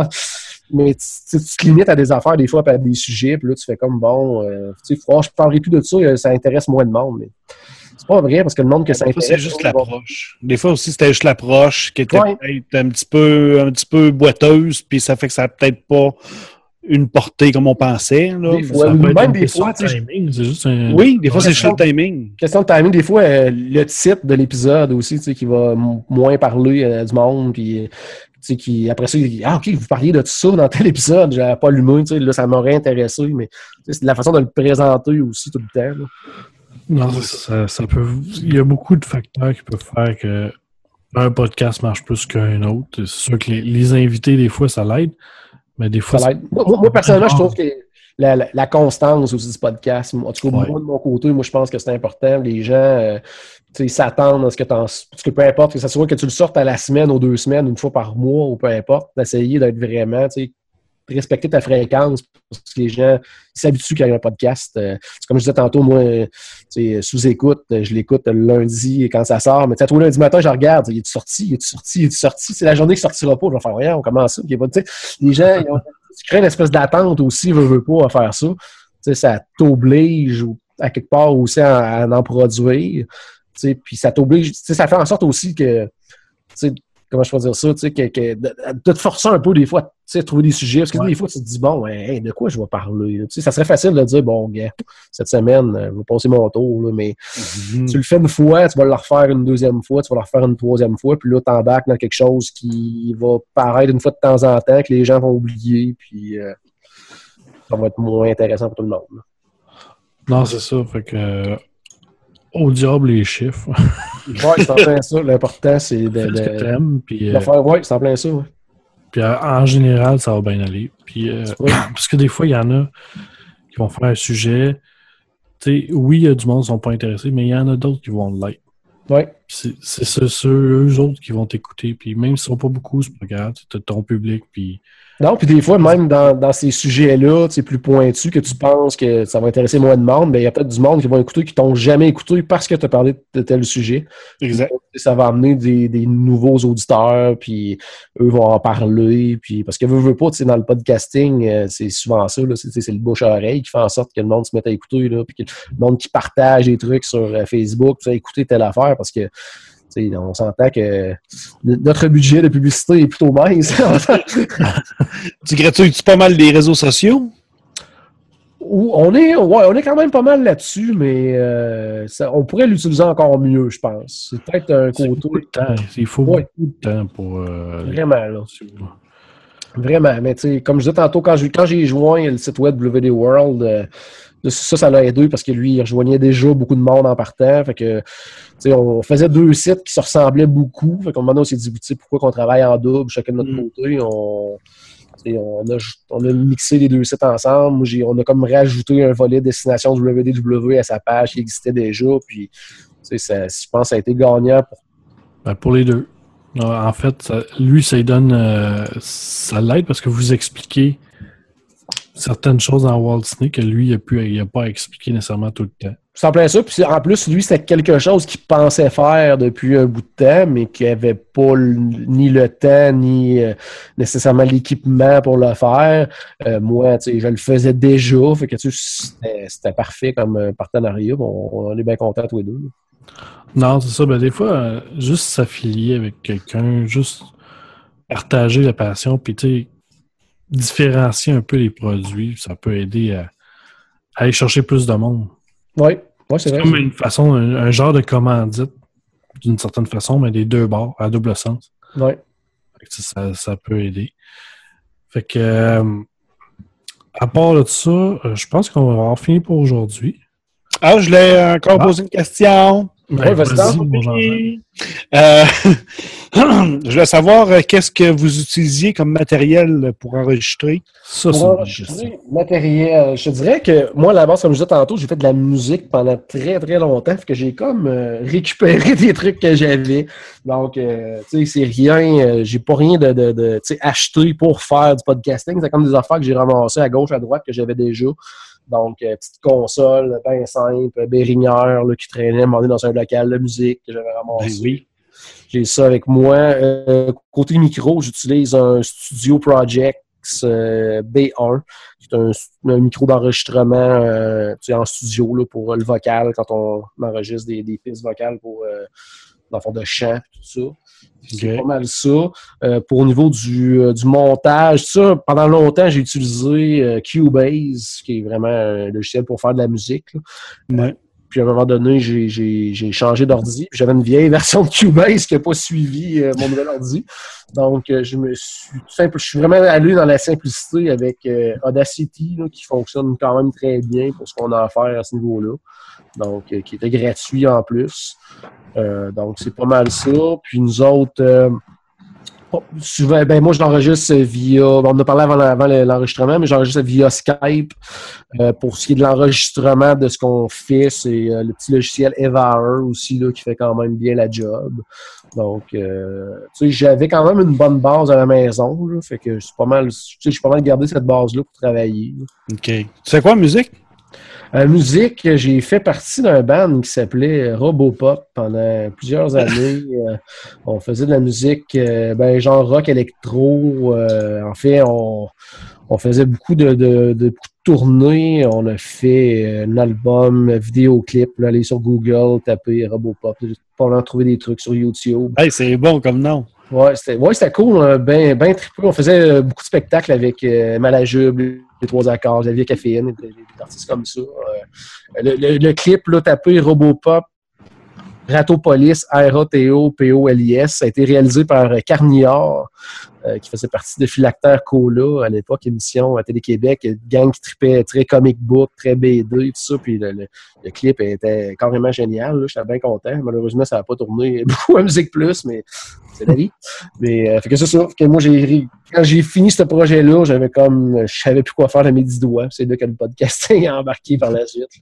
[SPEAKER 6] Mais tu te limites à des affaires, des fois, à des sujets, puis là, tu fais comme, bon, tu sais, je parlerai plus de ça, ça intéresse moins de monde, mais c'est pas vrai, parce que le monde que ça intéresse...
[SPEAKER 5] c'est juste l'approche. Des fois aussi, c'était juste l'approche qui était peut-être un petit peu boiteuse, puis ça fait que ça n'a peut-être pas une portée comme on pensait. Là.
[SPEAKER 6] Des fois, même des fois,
[SPEAKER 4] timing, c'est juste un...
[SPEAKER 5] Oui, des fois, c'est juste le timing.
[SPEAKER 6] Question de timing, des fois, le titre de l'épisode aussi, tu sais, qui va moins parler du monde, puis... Tu sais, après ça, il dit, OK, vous parliez de tout ça dans tel épisode, j'avais pas allumé, tu sais, là, ça m'aurait intéressé, mais c'est la façon de le présenter aussi tout le temps. Là.
[SPEAKER 4] Non, ça peut. Il y a beaucoup de facteurs qui peuvent faire que un podcast marche plus qu'un autre. C'est sûr que les invités, des fois, ça l'aide, mais des fois. Ça l'aide.
[SPEAKER 6] Moi, personnellement, je trouve que la constance aussi du podcast, en tout cas, moi, de mon côté, moi, je pense que c'est important. Les gens, ils s'attendent à ce que parce que peu importe, que ça soit que tu le sortes à la semaine ou 2 semaines, une fois par mois ou peu importe, d'essayer d'être vraiment, respecter ta fréquence parce que les gens s'habituent quand il y a un podcast. Comme je disais tantôt, moi, sous-écoute, je l'écoute le lundi quand ça sort, mais tous les lundi matin, je regarde, il est sorti? C'est la journée qui sortira pas, je vais faire rien, on commence ça. Les gens, tu crées une espèce d'attente aussi, veux pas, à faire ça. Ça t'oblige à quelque part aussi à en produire. Puis ça t'oblige, ça fait en sorte aussi que, comment je peux dire ça, de te forcer un peu des fois, à trouver des sujets, parce que des fois tu te dis, bon, hey, de quoi je vais parler? Ça serait facile de dire, bon, gars, cette semaine, je vais passer mon tour, là, mais tu le fais une fois, tu vas le refaire une deuxième fois, tu vas le refaire une troisième fois, puis là, t'embarques dans quelque chose qui va paraître une fois de temps en temps, que les gens vont oublier, puis ça va être moins intéressant pour tout le monde. Là.
[SPEAKER 4] Non, c'est ça, fait que... Au diable les chiffres.
[SPEAKER 6] Oui, c'est en plein ça. L'important, c'est de faire. Oui, c'est en plein ça. Ouais.
[SPEAKER 4] Puis en général, ça va bien aller. Puis, parce que des fois, il y en a qui vont faire un sujet. Oui, il y a du monde qui ne sont pas intéressés, mais il y en a d'autres qui vont l'être.
[SPEAKER 6] Oui.
[SPEAKER 4] C'est eux autres qui vont t'écouter. Puis même s'ils ne sont pas beaucoup, c'est pas grave. Tu as ton public. Puis...
[SPEAKER 6] Non, puis des fois, même dans ces sujets-là, c'est plus pointu que tu penses que ça va intéresser moins de monde, mais il y a peut-être du monde qui vont écouter qui t'ont jamais écouté parce que tu as parlé de tel sujet.
[SPEAKER 5] Exact.
[SPEAKER 6] Ça va amener des nouveaux auditeurs, puis eux vont en parler, puis parce que veux pas, dans le podcasting, c'est souvent ça, là, c'est le bouche-à-oreille qui fait en sorte que le monde se mette à écouter, là, puis que le monde qui partage des trucs sur Facebook, écouter telle affaire, parce que on s'entend que notre budget de publicité est plutôt mince.
[SPEAKER 5] Tu gratuites pas mal les réseaux sociaux?
[SPEAKER 6] On est quand même pas mal là-dessus, mais on pourrait l'utiliser encore mieux, je pense. C'est peut-être un côté...
[SPEAKER 4] beaucoup de temps. Il faut beaucoup de temps pour...
[SPEAKER 6] Vraiment, là. Vraiment, mais comme je disais tantôt, quand j'ai joint le site web WD World... ça l'a aidé parce que lui, il rejoignait déjà beaucoup de monde en partant. Fait que, on faisait 2 sites qui se ressemblaient beaucoup. Fait qu'à un moment donné, on s'est dit, pourquoi qu'on travaille en double, chacun de notre côté. On a mixé les 2 sites ensemble. On a comme rajouté un volet destination WDW à sa page qui existait déjà. Puis, je pense que ça a été gagnant
[SPEAKER 4] pour les deux. En fait, lui, ça lui donne... ça l'aide parce que vous expliquez certaines choses dans Walt Disney que lui, il n'a pas à expliquer nécessairement tout le temps.
[SPEAKER 6] C'est en plein ça. Puis en plus, lui, c'était quelque chose qu'il pensait faire depuis un bout de temps, mais qu'il n'avait pas ni le temps, ni nécessairement l'équipement pour le faire. Moi, tu sais, je le faisais déjà. Fait que tu sais, c'était parfait comme partenariat. On est bien contents tous les deux.
[SPEAKER 4] Non, c'est ça. Ben, des fois, juste s'affilier avec quelqu'un, juste partager la passion, puis tu sais, différencier un peu les produits, ça peut aider à aller chercher plus de monde.
[SPEAKER 6] Oui, c'est vrai.
[SPEAKER 4] Comme une façon, un genre de commandite, d'une certaine façon, mais des deux bords, à double sens.
[SPEAKER 6] Oui.
[SPEAKER 4] Ça peut aider. Fait que, à part de ça, je pense qu'on va avoir fini pour aujourd'hui.
[SPEAKER 5] Ah, je voulais encore poser une question.
[SPEAKER 6] Ouais, vas-y,
[SPEAKER 4] mon Jean-Jean.
[SPEAKER 5] Je voulais savoir qu'est-ce que vous utilisiez comme matériel pour enregistrer.
[SPEAKER 4] Ça, c'est une bonne question.
[SPEAKER 6] Matériel. Je te dirais que moi, à la base, comme je disais tantôt, j'ai fait de la musique pendant très, très longtemps. Fait que j'ai comme récupéré des trucs que j'avais. Donc, tu sais, c'est rien. J'ai pas rien de tu sais, acheté pour faire du podcasting. C'est comme des affaires que j'ai ramassées à gauche, à droite, que j'avais déjà. Donc, petite console, bien simple, Behringer là, qui traînait, m'emmener dans un local de musique que j'avais ramassé.
[SPEAKER 5] Ben oui.
[SPEAKER 6] J'ai ça avec moi. Côté micro, j'utilise un Studio Projects B1. C'est un micro d'enregistrement en studio là, pour le vocal quand on enregistre des pistes vocales pour dans le fond de chant et tout ça. C'est pas mal ça. Pour au niveau du montage, ça, pendant longtemps, j'ai utilisé Cubase, qui est vraiment un logiciel pour faire de la musique.
[SPEAKER 5] Ouais.
[SPEAKER 6] Puis à un moment donné, j'ai changé d'ordi. J'avais une vieille version de Cubase qui n'a pas suivi mon nouvel ordi. Donc, je suis vraiment allé dans la simplicité avec Audacity, là, qui fonctionne quand même très bien pour ce qu'on a à faire à ce niveau-là. Donc, qui était gratuit en plus. Donc, c'est pas mal ça. Puis nous autres, souvent, ben moi, je l'enregistre via... On en a parlé avant l'enregistrement, mais j'enregistre via Skype. Pour ce qui est de l'enregistrement de ce qu'on fait, c'est le petit logiciel Evaer aussi, là, qui fait quand même bien la job. Donc, tu sais, j'avais quand même une bonne base à la maison. Là, fait que c'est pas mal... Tu sais, j'ai pas mal gardé cette base-là pour travailler. Là.
[SPEAKER 5] OK. Tu sais quoi, musique?
[SPEAKER 6] Musique, j'ai fait partie d'un band qui s'appelait Robopop pendant plusieurs années. On faisait de la musique genre rock électro. En fait, on faisait beaucoup de tournées. On a fait un album, vidéoclip. Là, aller sur Google, taper Robopop. On a trouvé des trucs sur YouTube.
[SPEAKER 5] Hey, c'est bon comme nom.
[SPEAKER 6] Ouais, c'était cool, ben trippé. On faisait beaucoup de spectacles avec Malajube, les Trois Accords, la Vieille Caféine, des artistes comme ça. Le clip, là, tapé Robopop, Ratopolis, R-A-T-O-P-O-L-I-S, ça a été réalisé par Carniard, qui faisait partie de Philactère Cola à l'époque, émission à Télé-Québec, gang qui trippait très comic book, très BD, tout ça, puis le clip était carrément génial, j'étais bien content. Malheureusement, ça n'a pas tourné beaucoup à Musique Plus, mais c'est la vie. Mais fait que c'est ça, que moi, quand j'ai fini ce projet-là, je savais plus quoi faire de mes 10 doigts, c'est là que le podcasting a embarqué par la suite.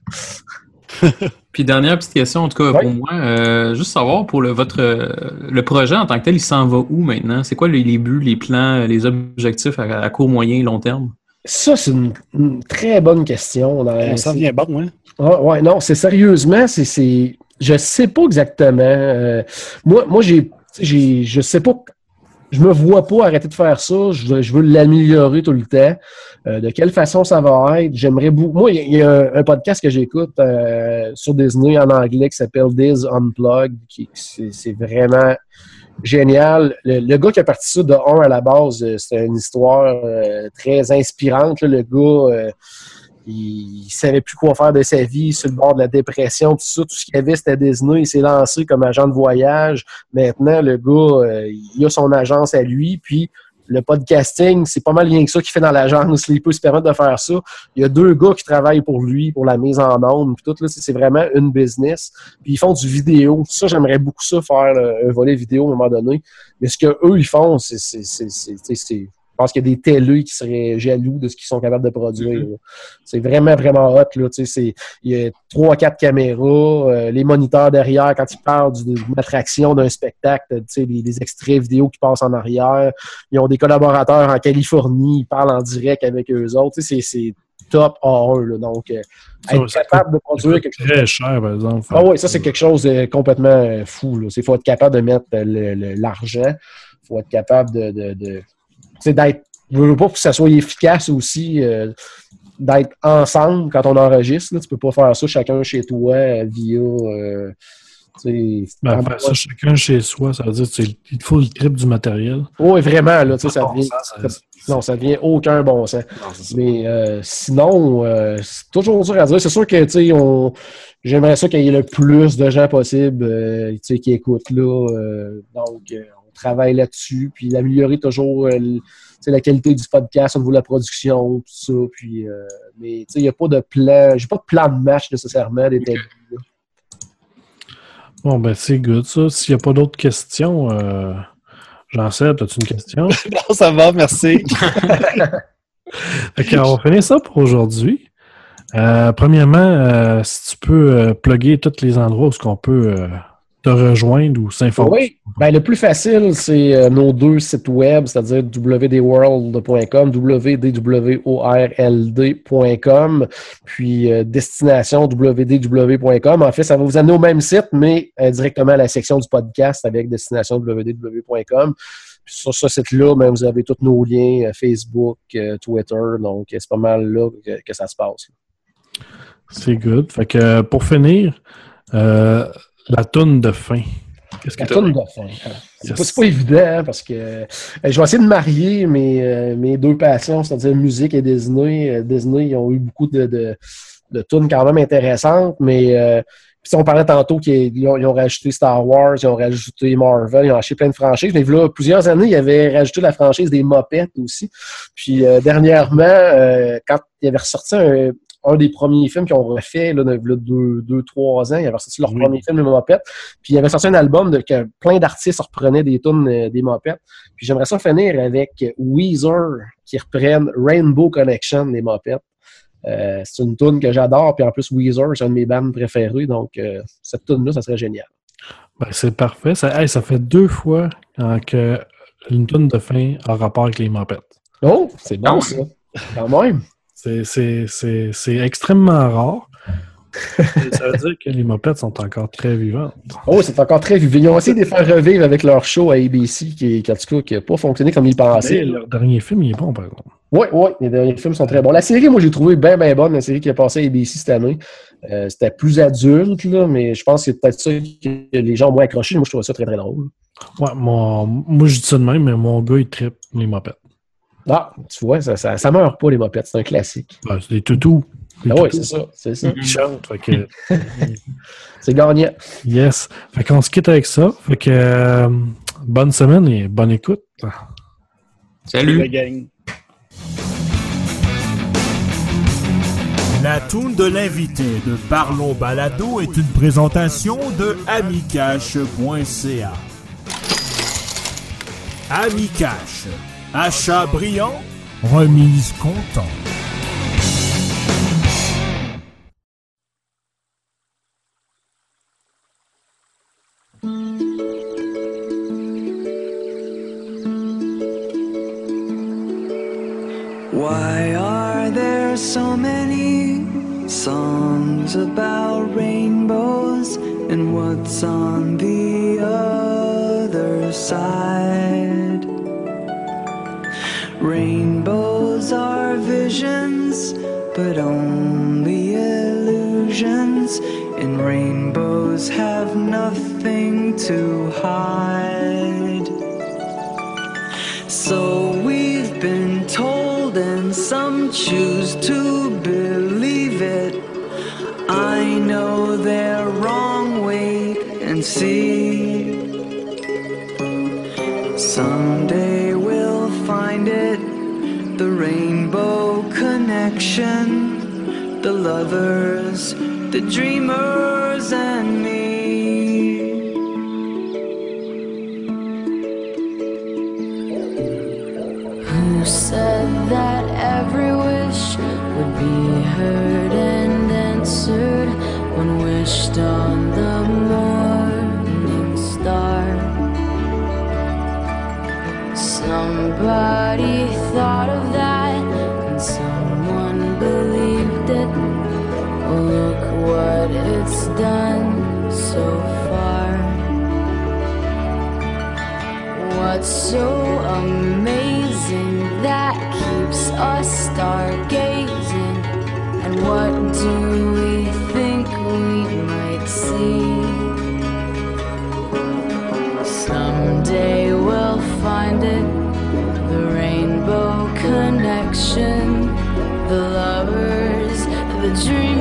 [SPEAKER 7] Puis dernière petite question, en tout cas pour moi, juste savoir pour le projet en tant que tel, il s'en va où maintenant? C'est quoi les buts, les plans, les objectifs à court, moyen et long terme?
[SPEAKER 6] Ça, c'est une très bonne question.
[SPEAKER 5] On s'en vient bon, hein?
[SPEAKER 6] Ouais, non, c'est sérieusement, je sais pas exactement. Moi, je sais pas. Je me vois pas arrêter de faire ça. Je veux l'améliorer tout le temps. De quelle façon ça va être? J'aimerais beaucoup. Moi, il y a un podcast que j'écoute sur Disney en anglais qui s'appelle Diz Unplugged. C'est vraiment génial. Le gars qui a parti ça de 1 à la base, c'était une histoire très inspirante. Là. Le gars, il savait plus quoi faire de sa vie, sur le bord de la dépression, tout ça. Tout ce qu'il avait, c'était Disney. Il s'est lancé comme agent de voyage. Maintenant, le gars, il a son agence à lui, puis le podcasting, c'est pas mal rien que ça qu'il fait dans l'agence. Il peut se permettre de faire ça. Il y a 2 gars qui travaillent pour lui, pour la mise en onde, puis tout, là, c'est vraiment une business. Puis ils font du vidéo. Ça, j'aimerais beaucoup ça, faire un volet vidéo à un moment donné. Mais ce qu'eux, ils font, je pense qu'il y a des télés qui seraient jaloux de ce qu'ils sont capables de produire. Mm-hmm. C'est vraiment, vraiment hot. Là, il y a 3-4 caméras, les moniteurs derrière, quand ils parlent d'une attraction, d'un spectacle, les extraits vidéo qui passent en arrière. Ils ont des collaborateurs en Californie, ils parlent en direct avec eux autres. C'est top A1. Là. Donc, être capable de produire quelque chose.
[SPEAKER 4] Très cher, par exemple.
[SPEAKER 6] Ah oui, ça, c'est quelque chose de complètement fou. Il faut être capable de mettre l'argent. Il faut être capable de d'être. Je veux pas que ça soit efficace aussi, d'être ensemble quand on enregistre. Là. Tu peux pas faire ça chacun chez toi via.
[SPEAKER 4] Faire ça chacun chez soi, ça veut dire qu'il te faut le trip du matériel.
[SPEAKER 6] Oui, vraiment. Là, ça devient aucun bon sens. Mais sinon, c'est toujours dur à dire. C'est sûr que j'aimerais ça qu'il y ait le plus de gens possible qui écoutent. Là, donc, on travaille là-dessus. Puis d'améliorer toujours la qualité du podcast au niveau de la production, tout ça. Puis, mais il n'y a pas de plan. J'ai pas de plan de match nécessairement d'établi.
[SPEAKER 4] Bon, ben c'est good ça. S'il n'y a pas d'autres questions, Jean-Seb, as-tu une question?
[SPEAKER 5] Non, ça va, merci.
[SPEAKER 4] OK, on va finir ça pour aujourd'hui. Premièrement, si tu peux plugger tous les endroits où on peut te rejoindre ou s'informer.
[SPEAKER 6] Oui, ben, le plus facile, c'est nos deux sites web, c'est-à-dire wdworld.com, wdworld.com, puis destination wdw.com. En fait, ça va vous amener au même site, mais directement à la section du podcast avec destination wdw.com. Puis sur ce site-là, ben, vous avez tous nos liens, Facebook, Twitter, donc c'est pas mal là que ça se passe.
[SPEAKER 4] C'est good. Fait que pour finir, la toune de fin.
[SPEAKER 6] Qu'est-ce que la toune de fin? C'est pas évident hein, parce que je vais essayer de marier mes deux passions, c'est-à-dire musique et Disney. Disney, ils ont eu beaucoup de tunes quand même intéressantes, mais puis on parlait tantôt qu'ils ont rajouté Star Wars, ils ont rajouté Marvel, ils ont acheté plein de franchises. Mais là, plusieurs années, ils avaient rajouté la franchise des Muppets aussi. Puis dernièrement, quand il avait ressorti un des premiers films qu'ils ont refait, là, 2-3 ans, ils avaient sorti leur premier film, les Muppets. Puis ils avaient sorti un album que plein d'artistes reprenaient des tunes des Muppets. Puis j'aimerais ça finir avec Weezer qui reprennent Rainbow Connection des Muppets. C'est une tune que j'adore, puis en plus Weezer, c'est un de mes bands préférés, donc cette tune-là, ça serait génial.
[SPEAKER 4] Ben, c'est parfait. Ça fait 2 fois que une tune de fin a rapport avec les Muppets.
[SPEAKER 6] Oh, c'est bon ça, quand même.
[SPEAKER 4] C'est extrêmement rare. Ça veut dire que les Muppets sont encore très vivantes.
[SPEAKER 6] Oh, c'est encore très vivant. Ils ont essayé de les faire revivre avec leur show à ABC qui n'a pas fonctionné comme ils pensaient.
[SPEAKER 4] Leur dernier film, il est bon, par exemple.
[SPEAKER 6] Oui, les derniers films sont très bons. La série, moi, j'ai trouvé bien bonne, la série qui a passé à ABC cette année. C'était plus adulte, là, mais je pense que c'est peut-être ça que les gens ont moins accroché. Moi, je trouve ça très, très drôle.
[SPEAKER 4] Ouais, moi, je dis ça de même, mais mon gars, il trippe les Muppets.
[SPEAKER 6] Ah, tu vois, ça meurt pas, les Muppets. C'est un classique.
[SPEAKER 4] Ben, c'est des toutous.
[SPEAKER 6] Ah oui, c'est ça.
[SPEAKER 4] Ils chantent, fait que...
[SPEAKER 6] C'est gagnant.
[SPEAKER 4] Yes. Fait qu'on se quitte avec ça. Fait que bonne semaine et bonne écoute.
[SPEAKER 7] Salut.
[SPEAKER 8] La toune de l'invité de Parlons Balado est une présentation de amicache.ca. Amicache. Achat brillant, remise content.
[SPEAKER 9] Why are there so many songs about rainbows and what's on the other side? Rainbows are visions, but only illusions, and rainbows have nothing to hide. So we've been told, and some choose to believe it. I know they're wrong, wait and see. Someday we'll find it, the rainbow connection, the lovers, the dreamers, and me.
[SPEAKER 10] Who said that every wish would be heard and answered when wished on the morning star? Somebody thought of that and someone believed done so far? What's so amazing that keeps us stargazing? And what do we think we might see? Someday we'll find it, the rainbow connection, the lovers, the dreamers.